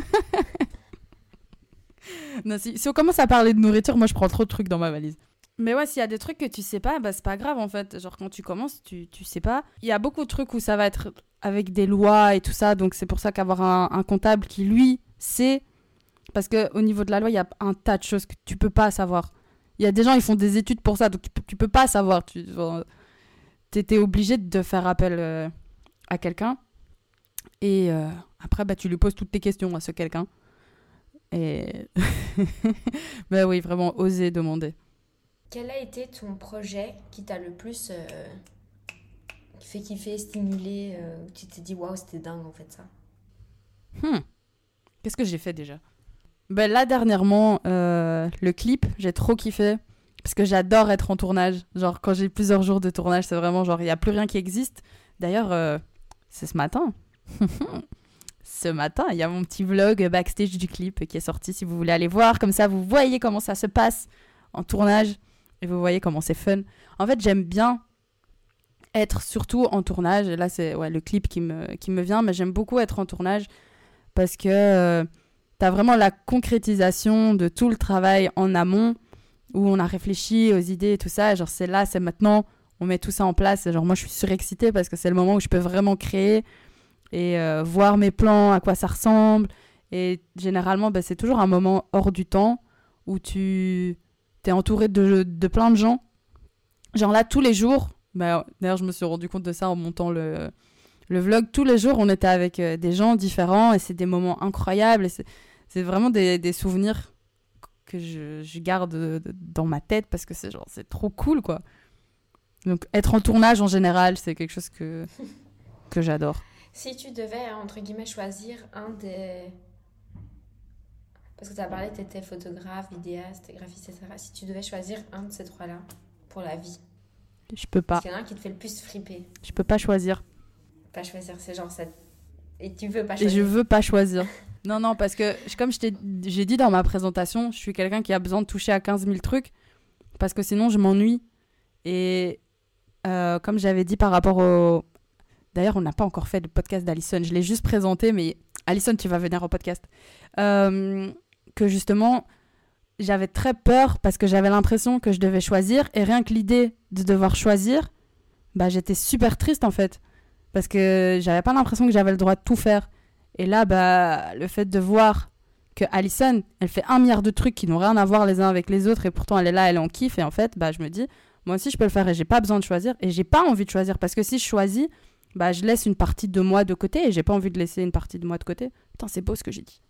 Non, si, si on commence à parler de nourriture, moi je prends trop de trucs dans ma valise. Mais ouais, s'il y a des trucs que tu sais pas, bah c'est pas grave en fait. Genre quand tu commences, tu, tu sais pas. Il y a beaucoup de trucs où ça va être avec des lois et tout ça, donc c'est pour ça qu'avoir un, un comptable qui lui sait... Parce qu'au niveau de la loi, il y a un tas de choses que tu peux pas savoir. Il y a des gens, ils font des études pour ça, donc tu peux, tu peux pas savoir. Tu étais obligé de faire appel euh, à quelqu'un. Et euh, après, bah, tu lui poses toutes tes questions à ce quelqu'un. Et bah oui, vraiment, oser demander. Quel a été ton projet qui t'a le plus euh, fait kiffer, stimulé, euh, tu t'es dit waouh, c'était dingue en fait ça. Hmm. Qu'est-ce que j'ai fait déjà ? Ben là, dernièrement, euh, le clip, j'ai trop kiffé. Parce que j'adore être en tournage. Genre, quand j'ai plusieurs jours de tournage, c'est vraiment genre, il n'y a plus rien qui existe. D'ailleurs, euh, c'est ce matin. ce matin, il y a mon petit vlog backstage du clip qui est sorti. Si vous voulez aller voir, comme ça, vous voyez comment ça se passe en tournage et vous voyez comment c'est fun. En fait, j'aime bien être surtout en tournage. Et là, c'est ouais, le clip qui me, qui me vient, mais j'aime beaucoup être en tournage parce que euh, t'as vraiment la concrétisation de tout le travail en amont où on a réfléchi aux idées et tout ça. Et genre, c'est là, c'est maintenant, on met tout ça en place. Et genre, moi, je suis surexcitée parce que c'est le moment où je peux vraiment créer et euh, voir mes plans, à quoi ça ressemble. Et généralement, bah, c'est toujours un moment hors du temps où tu t'es entouré de, de plein de gens. Genre là, tous les jours, bah, d'ailleurs, je me suis rendu compte de ça en montant le, le vlog. Tous les jours, on était avec euh, des gens différents et c'est des moments incroyables. Et c'est, c'est vraiment des, des souvenirs que je, je garde de, de, dans ma tête parce que c'est, genre, c'est trop cool, quoi. Donc, être en tournage, en général, c'est quelque chose que, que j'adore. Si tu devais, entre guillemets, choisir un des... Parce que tu as parlé que tu étais photographe, vidéaste, graphiste, et cetera. Si tu devais choisir un de ces trois-là pour la vie, je peux pas. Parce qu'il y en a un qui te fait le plus friper. Je peux pas choisir. Pas choisir, c'est genre ça... Et tu veux pas Et choisir. je veux pas choisir. Non, non, parce que comme je t'ai, j'ai dit dans ma présentation, je suis quelqu'un qui a besoin de toucher à quinze mille trucs parce que sinon je m'ennuie. Et euh, comme j'avais dit par rapport au... D'ailleurs, on n'a pas encore fait le podcast d'Alison. Je l'ai juste présenté, mais Alison, tu vas venir au podcast. Euh, que justement, j'avais très peur parce que j'avais l'impression que je devais choisir. Et rien que l'idée de devoir choisir, bah, j'étais super triste en fait. Parce que j'avais pas l'impression que j'avais le droit de tout faire. Et là, bah, le fait de voir que Alison, elle fait un milliard de trucs qui n'ont rien à voir les uns avec les autres. Et pourtant, elle est là, elle en kiffe. Et en fait, bah, je me dis, moi aussi, je peux le faire et j'ai pas besoin de choisir. Et j'ai pas envie de choisir parce que si je choisis... bah, je laisse une partie de moi de côté et j'ai pas envie de laisser une partie de moi de côté. Putain, c'est beau ce que j'ai dit.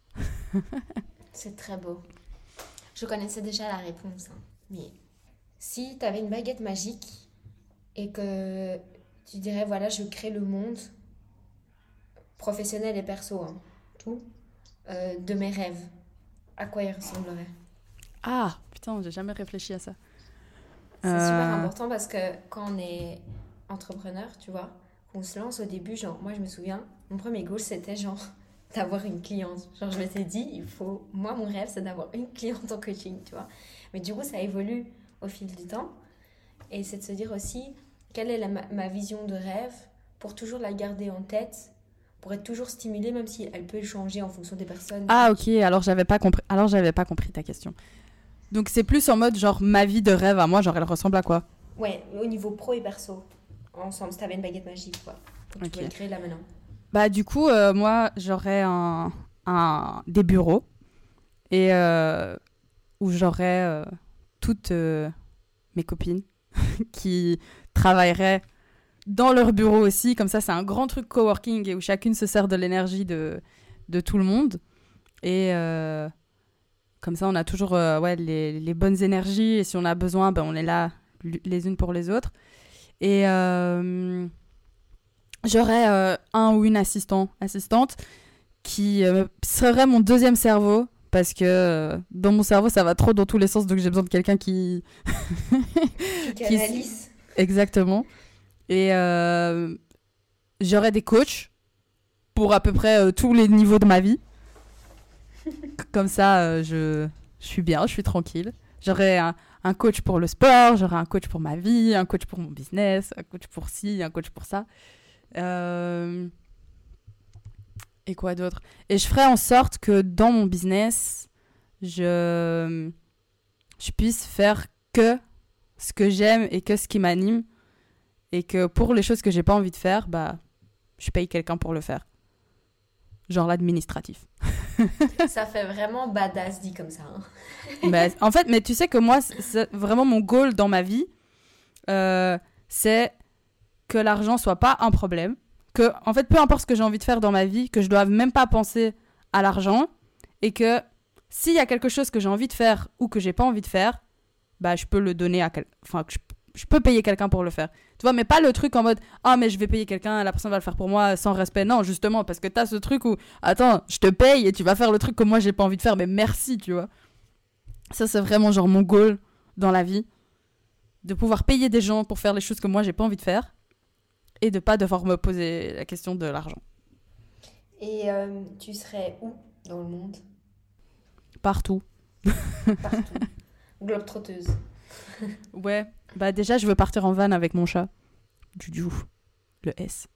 C'est très beau. Je connaissais déjà la réponse. Hein. Mais si tu avais une baguette magique et que tu dirais, voilà, je crée le monde professionnel et perso, hein, tout, euh, de mes rêves, à quoi il ressemblerait? Ah, putain, j'ai jamais réfléchi à ça. C'est euh... super important parce que quand on est entrepreneur, tu vois, on se lance au début, genre, moi je me souviens, mon premier goal c'était genre d'avoir une cliente. Genre, je m'étais dit, il faut, moi mon rêve c'est d'avoir une cliente en coaching, tu vois. Mais du coup, ça évolue au fil du temps. Et c'est de se dire aussi, quelle est la, ma, ma vision de rêve pour toujours la garder en tête, pour être toujours stimulée, même si elle peut changer en fonction des personnes. Ah, ok, alors j'avais pas compris, alors j'avais pas compris ta question. Donc c'est plus en mode, genre, ma vie de rêve à moi, genre, elle ressemble à quoi? Ouais, au niveau pro et perso. Ensemble, si t'avais une baguette magique, quoi. Donc, okay. Tu peux le créer là maintenant. Bah, du coup, euh, moi, j'aurais un, un, des bureaux et euh, où j'aurais euh, toutes euh, mes copines qui travailleraient dans leur bureau aussi. Comme ça, c'est un grand truc coworking et où chacune se sert de l'énergie de, de tout le monde. Et euh, comme ça, on a toujours euh, ouais, les, les bonnes énergies et si on a besoin, ben, on est là les unes pour les autres. Et euh, j'aurais euh, un ou une assistant, assistante qui euh, serait mon deuxième cerveau parce que euh, dans mon cerveau ça va trop dans tous les sens donc j'ai besoin de quelqu'un qui qui canalise. Exactement. Et euh, j'aurais des coachs pour à peu près euh, tous les niveaux de ma vie. Comme ça euh, je je suis bien, je suis tranquille. J'aurais un un coach pour le sport, j'aurai un coach pour ma vie, un coach pour mon business, un coach pour ci, un coach pour ça. Euh... Et quoi d'autre? Et je ferai en sorte que dans mon business, je, je puisse faire que ce que j'aime et que ce qui m'anime. Et que pour les choses que j'ai pas envie de faire, bah, je paye quelqu'un pour le faire. Genre l'administratif. Ça fait vraiment badass dit comme ça. Hein. Bah, en fait, mais tu sais que moi, c'est, c'est vraiment mon goal dans ma vie, euh, c'est que l'argent soit pas un problème. Que, en fait, peu importe ce que j'ai envie de faire dans ma vie, que je doive même pas penser à l'argent. Et que s'il y a quelque chose que j'ai envie de faire ou que j'ai pas envie de faire, bah, je peux le donner à quelqu'un. Enfin, je, je peux payer quelqu'un pour le faire. Tu vois, mais pas le truc en mode « Ah, mais je vais payer quelqu'un, la personne va le faire pour moi sans respect. » Non, justement, parce que t'as ce truc où « Attends, je te paye et tu vas faire le truc que moi, j'ai pas envie de faire, mais merci, tu vois. » Ça, c'est vraiment genre mon goal dans la vie. De pouvoir payer des gens pour faire les choses que moi, j'ai pas envie de faire et de pas devoir me poser la question de l'argent. Et euh, tu serais où dans le monde? Partout. Partout. Globe-trotteuse. Ouais. Bah déjà, je veux partir en van avec mon chat. Juju. Le S.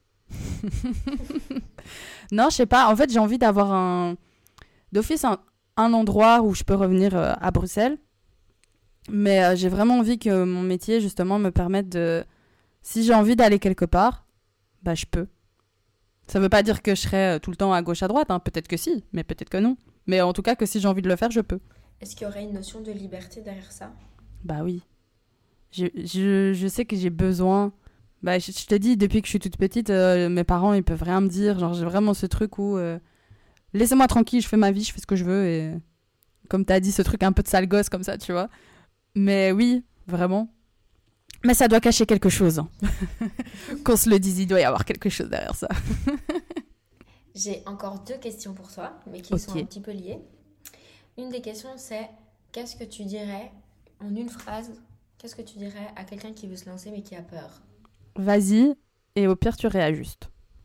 Non, je sais pas. En fait, j'ai envie d'avoir un... d'office un, un endroit où je peux revenir euh, à Bruxelles. Mais euh, j'ai vraiment envie que mon métier, justement, me permette de... Si j'ai envie d'aller quelque part, bah je peux. Ça veut pas dire que je serai tout le temps à gauche, à droite. Hein. Peut-être que si, mais peut-être que non. Mais en tout cas, que si j'ai envie de le faire, je peux. Est-ce qu'il y aurait une notion de liberté derrière ça? Bah oui. Je, je, je sais que j'ai besoin... Bah, je, je te dis, depuis que je suis toute petite, euh, mes parents, ils peuvent rien me dire. Genre, j'ai vraiment ce truc où... Euh, laissez-moi tranquille, je fais ma vie, je fais ce que je veux. Et comme t'as dit, ce truc un peu de sale gosse comme ça, tu vois. Mais oui, vraiment. Mais ça doit cacher quelque chose. Hein. Qu'on se le dise, il doit y avoir quelque chose derrière ça. J'ai encore deux questions pour toi, mais qui Ok. sont un petit peu liées. Une des questions, c'est qu'est-ce que tu dirais, en une phrase, qu'est-ce que tu dirais à quelqu'un qui veut se lancer mais qui a peur? Vas-y, et au pire, tu réajustes.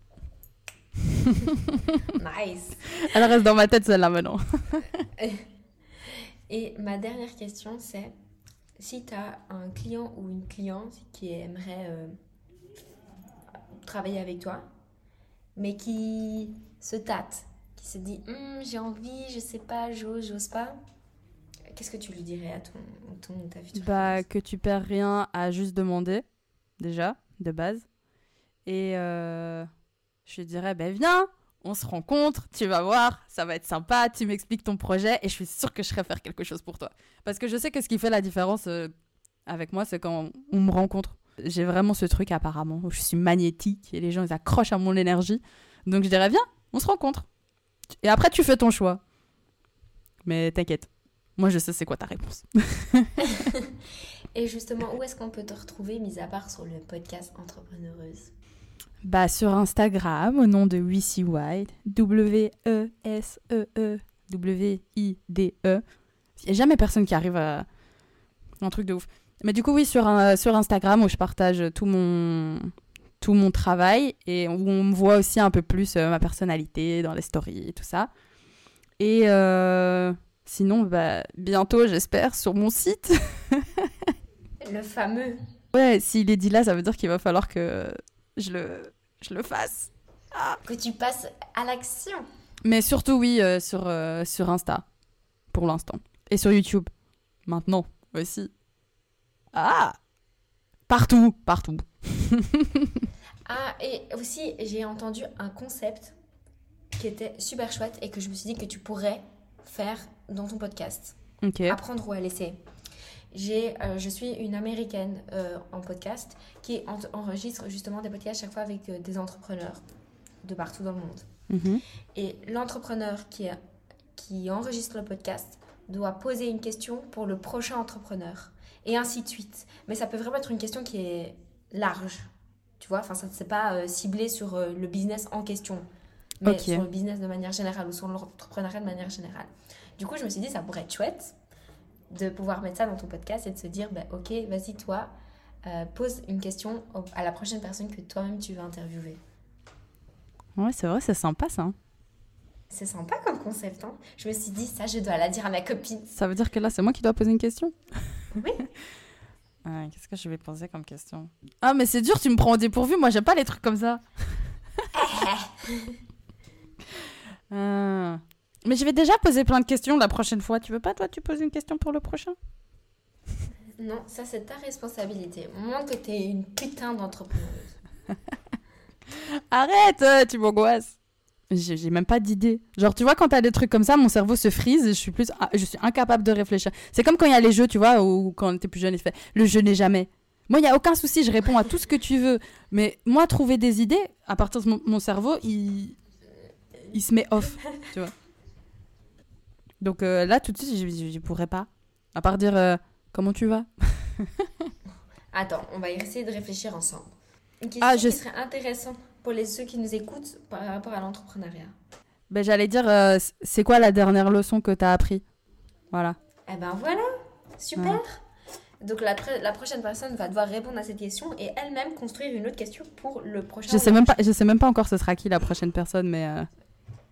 Nice. Elle reste dans ma tête, celle-là, maintenant. Et ma dernière question, c'est si tu as un client ou une cliente qui aimerait euh, travailler avec toi, mais qui se tâte, qui se dit Hum, j'ai envie, je sais pas, j'ose, j'ose pas, qu'est-ce que tu lui dirais à ton, ton ta future Bah, cliente? que tu perds rien à juste demander, déjà, de base. Et euh, je lui dirais, ben viens, on se rencontre, tu vas voir, ça va être sympa, tu m'expliques ton projet et je suis sûre que je serai faire quelque chose pour toi. Parce que je sais que ce qui fait la différence euh, avec moi, c'est quand on me rencontre. J'ai vraiment ce truc apparemment, où je suis magnétique et les gens, ils accrochent à mon énergie. Donc je dirais, viens, on se rencontre. Et après, tu fais ton choix. Mais t'inquiète, moi je sais c'est quoi ta réponse. Et justement, où est-ce qu'on peut te retrouver, mis à part sur le podcast Entrepreneureuse? Bah, sur Instagram, au nom de Wissy Wide, W E S E E W I D E. Il n'y a jamais personne qui arrive à... Un truc de ouf. Mais du coup, oui, sur, un, sur Instagram, où je partage tout mon, tout mon travail et où on me voit aussi un peu plus euh, ma personnalité dans les stories et tout ça. Et euh, sinon, bah, bientôt, j'espère, sur mon site. Le fameux. Ouais, s'il est dit là, ça veut dire qu'il va falloir que je le, je le fasse. Ah. Que tu passes à l'action. Mais surtout, oui, euh, sur, euh, sur Insta, pour l'instant. Et sur YouTube, maintenant aussi. Ah! Partout, partout. Ah, et aussi, j'ai entendu un concept qui était super chouette et que je me suis dit que tu pourrais faire dans ton podcast. Ok. Apprendre ou à laisser. J'ai, euh, je suis une américaine euh, en podcast qui en- enregistre justement des podcasts chaque fois avec euh, des entrepreneurs de partout dans le monde. Mhm. Et l'entrepreneur qui, a- qui enregistre le podcast doit poser une question pour le prochain entrepreneur. Et ainsi de suite. Mais ça peut vraiment être une question qui est large. Tu vois, enfin, ça ne s'est pas euh, ciblé sur euh, le business en question. Mais Ok. sur le business de manière générale ou sur l'entrepreneuriat de manière générale. Du coup, je me suis dit, ça pourrait être chouette de pouvoir mettre ça dans ton podcast et de se dire, bah, ok, vas-y, toi, euh, pose une question au- à la prochaine personne que toi-même tu veux interviewer. Ouais, c'est vrai, c'est sympa ça. C'est sympa comme concept, hein. Je me suis dit, ça, je dois la dire à ma copine. Ça veut dire que là, c'est moi qui dois poser une question? Oui. Ah, qu'est-ce que je vais poser comme question? Ah, mais c'est dur, tu me prends au dépourvu. Moi, j'aime pas les trucs comme ça. Ah. Mais je vais déjà poser plein de questions la prochaine fois. Tu veux pas, toi, tu poses une question pour le prochain? Non, ça, c'est ta responsabilité. Montre que t'es une putain d'entrepreneuse. Arrête, euh, tu m'angoisses. J'ai, j'ai même pas d'idée. Genre, tu vois, quand t'as des trucs comme ça, mon cerveau se frise et je suis plus, je suis incapable de réfléchir. C'est comme quand il y a les jeux, tu vois, ou quand t'es plus jeune, il fait le jeu n'est jamais. Moi, il y a aucun souci, je réponds à tout ce que tu veux. Mais moi, trouver des idées, à partir de mon, mon cerveau, il, il se met off, tu vois. Donc euh, là, tout de suite, je, je, je pourrais pas. À part dire euh, comment tu vas. Attends, on va essayer de réfléchir ensemble. Une question Ah, je- qui serait intéressante pour les ceux qui nous écoutent par rapport à l'entrepreneuriat. Ben, j'allais dire, euh, c'est quoi la dernière leçon que t'as appris? Voilà. Eh ben voilà, super. Ouais. Donc la, pre- la prochaine personne va devoir répondre à cette question et elle-même construire une autre question pour le prochain. Je sais même pas, je sais même pas encore ce sera qui la prochaine personne, mais euh,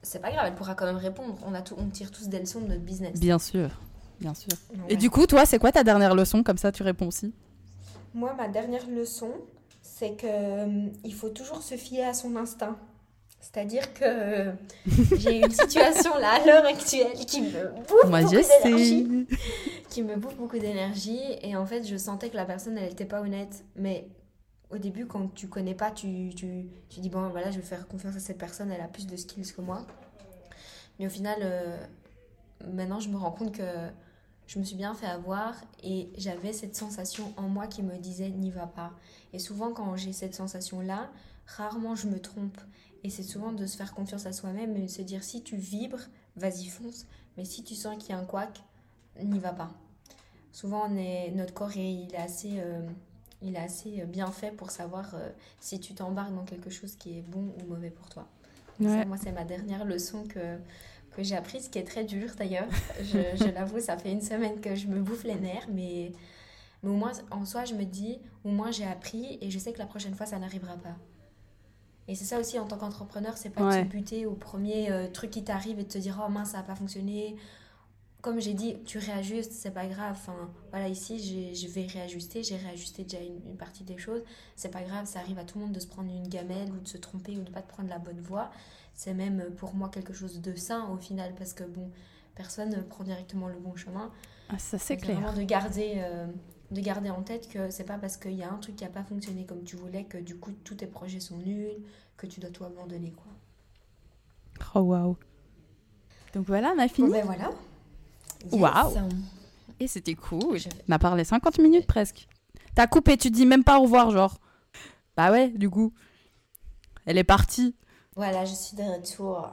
c'est pas grave, elle pourra quand même répondre. On, a tout, on tire tous des leçons de notre business. Bien sûr, bien sûr. Ouais. Et du coup, toi, c'est quoi ta dernière leçon? Comme ça, tu réponds aussi. Moi, ma dernière leçon, c'est que euh, il faut toujours se fier à son instinct. C'est-à-dire que euh, j'ai une situation là à l'heure actuelle qui me bouffe Moi, beaucoup je sais. d'énergie. Qui me bouffe beaucoup d'énergie. Et en fait, je sentais que la personne, elle n'était pas honnête. Mais au début, quand tu connais pas, tu, tu, tu dis, bon, voilà, je vais faire confiance à cette personne, elle a plus de skills que moi. Mais au final, euh, maintenant, je me rends compte que je me suis bien fait avoir et j'avais cette sensation en moi qui me disait, n'y va pas. Et souvent, quand j'ai cette sensation-là, rarement je me trompe. Et c'est souvent de se faire confiance à soi-même et de se dire, si tu vibres, vas-y, fonce. Mais si tu sens qu'il y a un couac, n'y va pas. Souvent, on est, notre corps, il est assez... Euh, il est assez bien fait pour savoir euh, si tu t'embarques dans quelque chose qui est bon ou mauvais pour toi. Ouais. Ça, moi, c'est ma dernière leçon que, que j'ai apprise, qui est très dure d'ailleurs. Je, je l'avoue, ça fait une semaine que je me bouffe les nerfs, mais, mais au moins, en soi, je me dis, au moins j'ai appris et je sais que la prochaine fois, ça n'arrivera pas. Et c'est ça aussi, en tant qu'entrepreneur, c'est pas ouais. de se buter au premier euh, truc qui t'arrive et de te dire, oh mince, ça n'a pas fonctionné. Comme j'ai dit, tu réajustes, c'est pas grave. Enfin, voilà, ici, j'ai, je vais réajuster. J'ai réajusté déjà une, une partie des choses. C'est pas grave, ça arrive à tout le monde de se prendre une gamelle ou de se tromper ou de pas te prendre la bonne voie. C'est même pour moi quelque chose de sain au final parce que bon, personne ne prend directement le bon chemin. Ah, ça, c'est Donc, clair. Vraiment de garder, euh, de garder en tête que c'est pas parce qu'il y a un truc qui a pas fonctionné comme tu voulais que du coup, tous tes projets sont nuls, que tu dois tout abandonner, quoi. Oh, waouh. Donc voilà, on a fini. Bon, ben voilà. Waouh! Yes. Et c'était cool. Je... On a parlé cinquante minutes presque. T'as coupé, tu dis même pas au revoir, genre. Bah ouais, du coup. Elle est partie. Voilà, je suis de retour.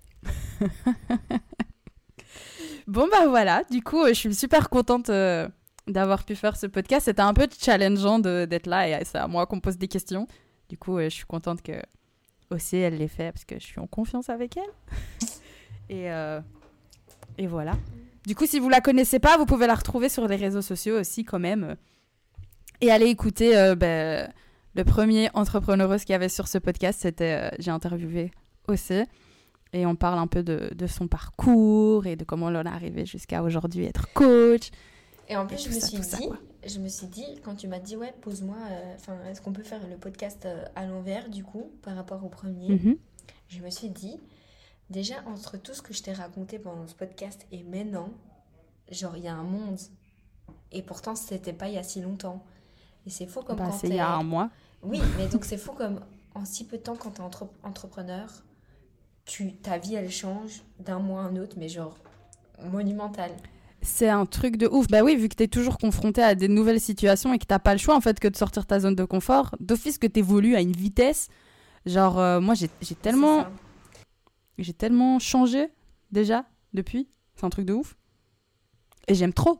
Bon bah voilà, du coup, je suis super contente euh, d'avoir pu faire ce podcast. C'était un peu challengeant de, d'être là et c'est à moi qu'on pose des questions. Du coup, euh, je suis contente que aussi elle l'ait fait parce que je suis en confiance avec elle. et, euh, et voilà. Du coup, si vous la connaissez pas, vous pouvez la retrouver sur les réseaux sociaux aussi quand même. Et allez écouter euh, bah, le premier entrepreneureuse qu'il y avait sur ce podcast, c'était, euh, j'ai interviewé aussi. Et on parle un peu de, de son parcours et de comment on est arrivé jusqu'à aujourd'hui être coach. Et en plus, et je me ça, suis dit, ça, je me suis dit, quand tu m'as dit, ouais, pose-moi, enfin, euh, est-ce qu'on peut faire le podcast euh, à l'envers, du coup, par rapport au premier, mm-hmm. Je me suis dit, déjà, entre tout ce que je t'ai raconté pendant ce podcast et maintenant, genre, il y a un monde. Et pourtant, c'était pas il y a si longtemps. Et c'est faux comme bah, quand c'est t'es... il y a un mois. Oui, mais donc c'est faux comme en si peu de temps, quand t'es entre... entrepreneur, tu... ta vie, elle change d'un mois à un autre, mais genre monumental. C'est un truc de ouf. Bah oui, vu que t'es toujours confronté à des nouvelles situations et que t'as pas le choix, en fait, que de sortir ta zone de confort, d'office que t'évolues à une vitesse. Genre, euh, moi, j'ai, j'ai tellement... J'ai tellement changé, déjà, depuis. C'est un truc de ouf. Et j'aime trop.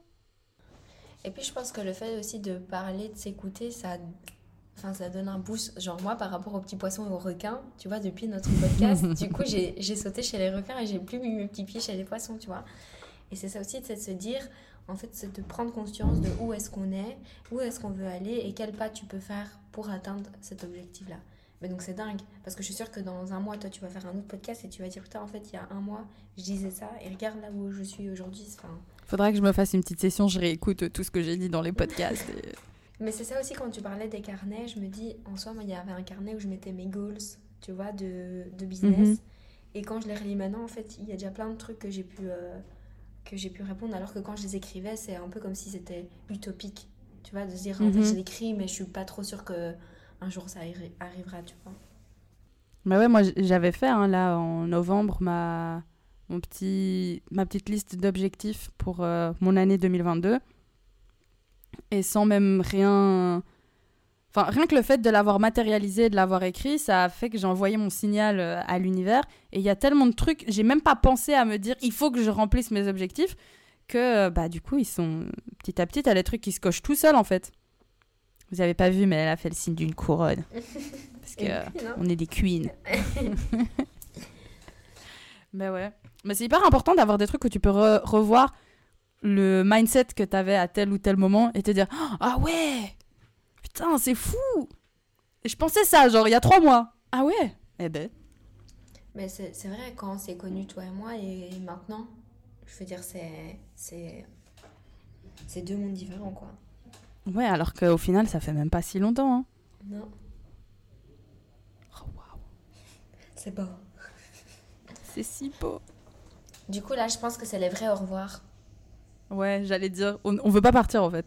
Et puis, je pense que le fait aussi de parler, de s'écouter, ça... Enfin, ça donne un boost. Genre, moi, par rapport aux petits poissons et aux requins, tu vois, depuis notre podcast, du coup, j'ai, j'ai sauté chez les requins et j'ai plus mis mes petits pieds chez les poissons, tu vois. Et c'est ça aussi, c'est de se dire, en fait, c'est de prendre conscience de où est-ce qu'on est, où est-ce qu'on veut aller et quel pas tu peux faire pour atteindre cet objectif-là. Mais donc, c'est dingue. Parce que je suis sûre que dans un mois, toi, tu vas faire un autre podcast et tu vas dire, putain, en fait, il y a un mois, je disais ça et regarde là où je suis aujourd'hui. Enfin... Faudrait que je me fasse une petite session, je réécoute tout ce que j'ai dit dans les podcasts. Et... Mais c'est ça aussi, quand tu parlais des carnets, je me dis, en soi, moi, il y avait un carnet où je mettais mes goals, tu vois, de, de business. Mm-hmm. Et quand je les relis maintenant, en fait, il y a déjà plein de trucs que j'ai pu, euh, que j'ai pu répondre, alors que quand je les écrivais, c'est un peu comme si c'était utopique, tu vois, de se dire, en mm-hmm. fait, je l'écris, mais je suis pas trop sûre qu'un jour ça arri- arrivera, tu vois. Bah ouais, moi, j'avais fait, hein, là, en novembre, ma, mon petit, ma petite liste d'objectifs pour euh, mon année deux mille vingt-deux. Et sans même rien... Enfin, rien que le fait de l'avoir matérialisé, de l'avoir écrit, ça a fait que j'ai envoyé mon signal à l'univers. Et il y a tellement de trucs, j'ai même pas pensé à me dire, il faut que je remplisse mes objectifs, que bah, du coup, ils sont petit à petit, t'as des trucs qui se cochent tout seuls, en fait. Vous avez pas vu, mais elle a fait le signe d'une couronne. Parce que euh, on est des queens. Mais ouais. Mais c'est hyper important d'avoir des trucs où tu peux re- revoir le mindset que t'avais à tel ou tel moment et te dire « Ah ouais, putain, c'est fou !» Et je pensais ça, genre, il y a trois mois. Ah ouais. Eh ben. Mais c'est, c'est vrai, quand on s'est connus, toi et moi, et, et maintenant, je veux dire, c'est, c'est, c'est deux mondes différents, quoi. Ouais, alors qu'au final, ça fait même pas si longtemps. Hein. Non. Oh, waouh. C'est beau. C'est si beau. Du coup, là, je pense que c'est les vrais au revoir. Ouais, j'allais dire, on, on veut pas partir en fait.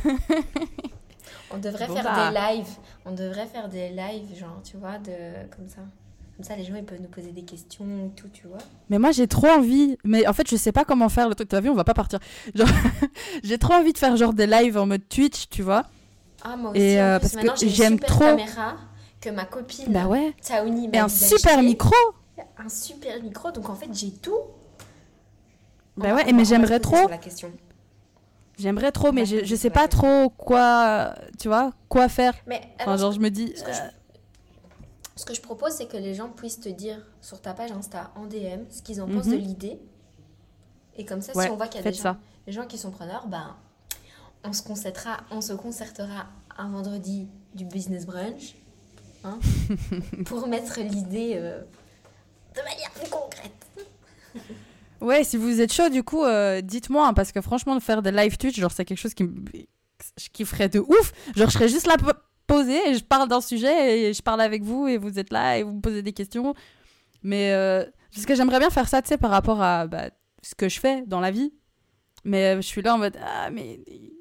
On devrait Bon faire bah. des lives. On devrait faire des lives, genre, tu vois, de comme ça. Comme ça, les gens, ils peuvent nous poser des questions et tout, tu vois. Mais moi, j'ai trop envie. Mais en fait, je sais pas comment faire le truc. T'as vu, on va pas partir. Genre, j'ai trop envie de faire genre des lives en mode Twitch, tu vois. Ah, moi aussi, Et en euh, plus, parce maintenant, que j'ai une j'aime super trop. caméra que ma copine, Bah ouais. Taouni, m'a Et un dit super d'acheter. micro. Un super micro, donc en fait, j'ai tout. On Bah va- ouais, on et va- mais on va se j'aimerais poser trop. sur la question. J'aimerais trop, mais va je, poser je sur sais la pas question. trop quoi, tu vois, quoi faire. Mais Enfin, alors, genre, ce je me dis. ce que je, euh, ce que je propose, c'est que les gens puissent te dire sur ta page Insta en D M ce qu'ils en Mhm. pensent de l'idée. Et comme ça, Ouais, si on voit qu'il y a faites des gens, ça. des gens qui sont preneurs, ben, on se concertera, on se concertera un vendredi du business brunch, hein, pour mettre l'idée euh, de manière plus concrète. Ouais, si vous êtes chaud, du coup, euh, dites-moi, hein, parce que franchement, faire des live Twitch, genre, c'est quelque chose qui me je kifferais de ouf. Genre, je serais juste là po- posée et je parle d'un sujet et je parle avec vous et vous êtes là et vous me posez des questions. Mais euh, parce que j'aimerais bien faire ça, tu sais, par rapport à bah, ce que je fais dans la vie. Mais euh, je suis là en mode ah mais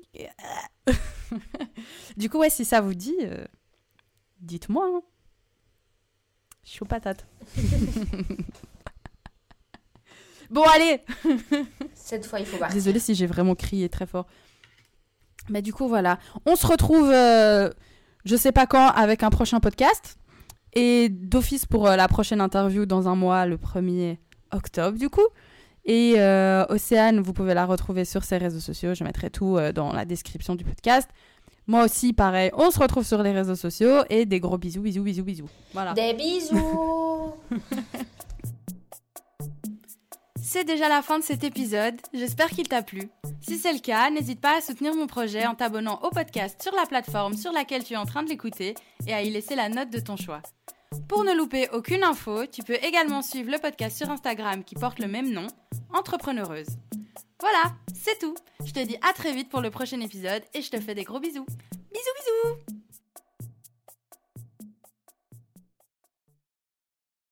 du coup ouais, si ça vous dit, euh, dites-moi. Hein. Je suis aux patates. Bon allez. Cette fois, il faut partir. Désolée si j'ai vraiment crié très fort. Mais du coup voilà, on se retrouve, euh, je sais pas quand, avec un prochain podcast et d'office pour euh, la prochaine interview dans un mois, le premier octobre du coup. Et euh, Océane, vous pouvez la retrouver sur ses réseaux sociaux. Je mettrai tout euh, dans la description du podcast. Moi aussi, pareil, on se retrouve sur les réseaux sociaux. Et des gros bisous, bisous, bisous, bisous. Voilà. Des bisous. C'est déjà la fin de cet épisode. J'espère qu'il t'a plu. Si c'est le cas, n'hésite pas à soutenir mon projet en t'abonnant au podcast sur la plateforme sur laquelle tu es en train de l'écouter et à y laisser la note de ton choix. Pour ne louper aucune info, tu peux également suivre le podcast sur Instagram qui porte le même nom, Entrepreneureuse. Voilà, c'est tout. Je te dis à très vite pour le prochain épisode et je te fais des gros bisous. Bisous bisous.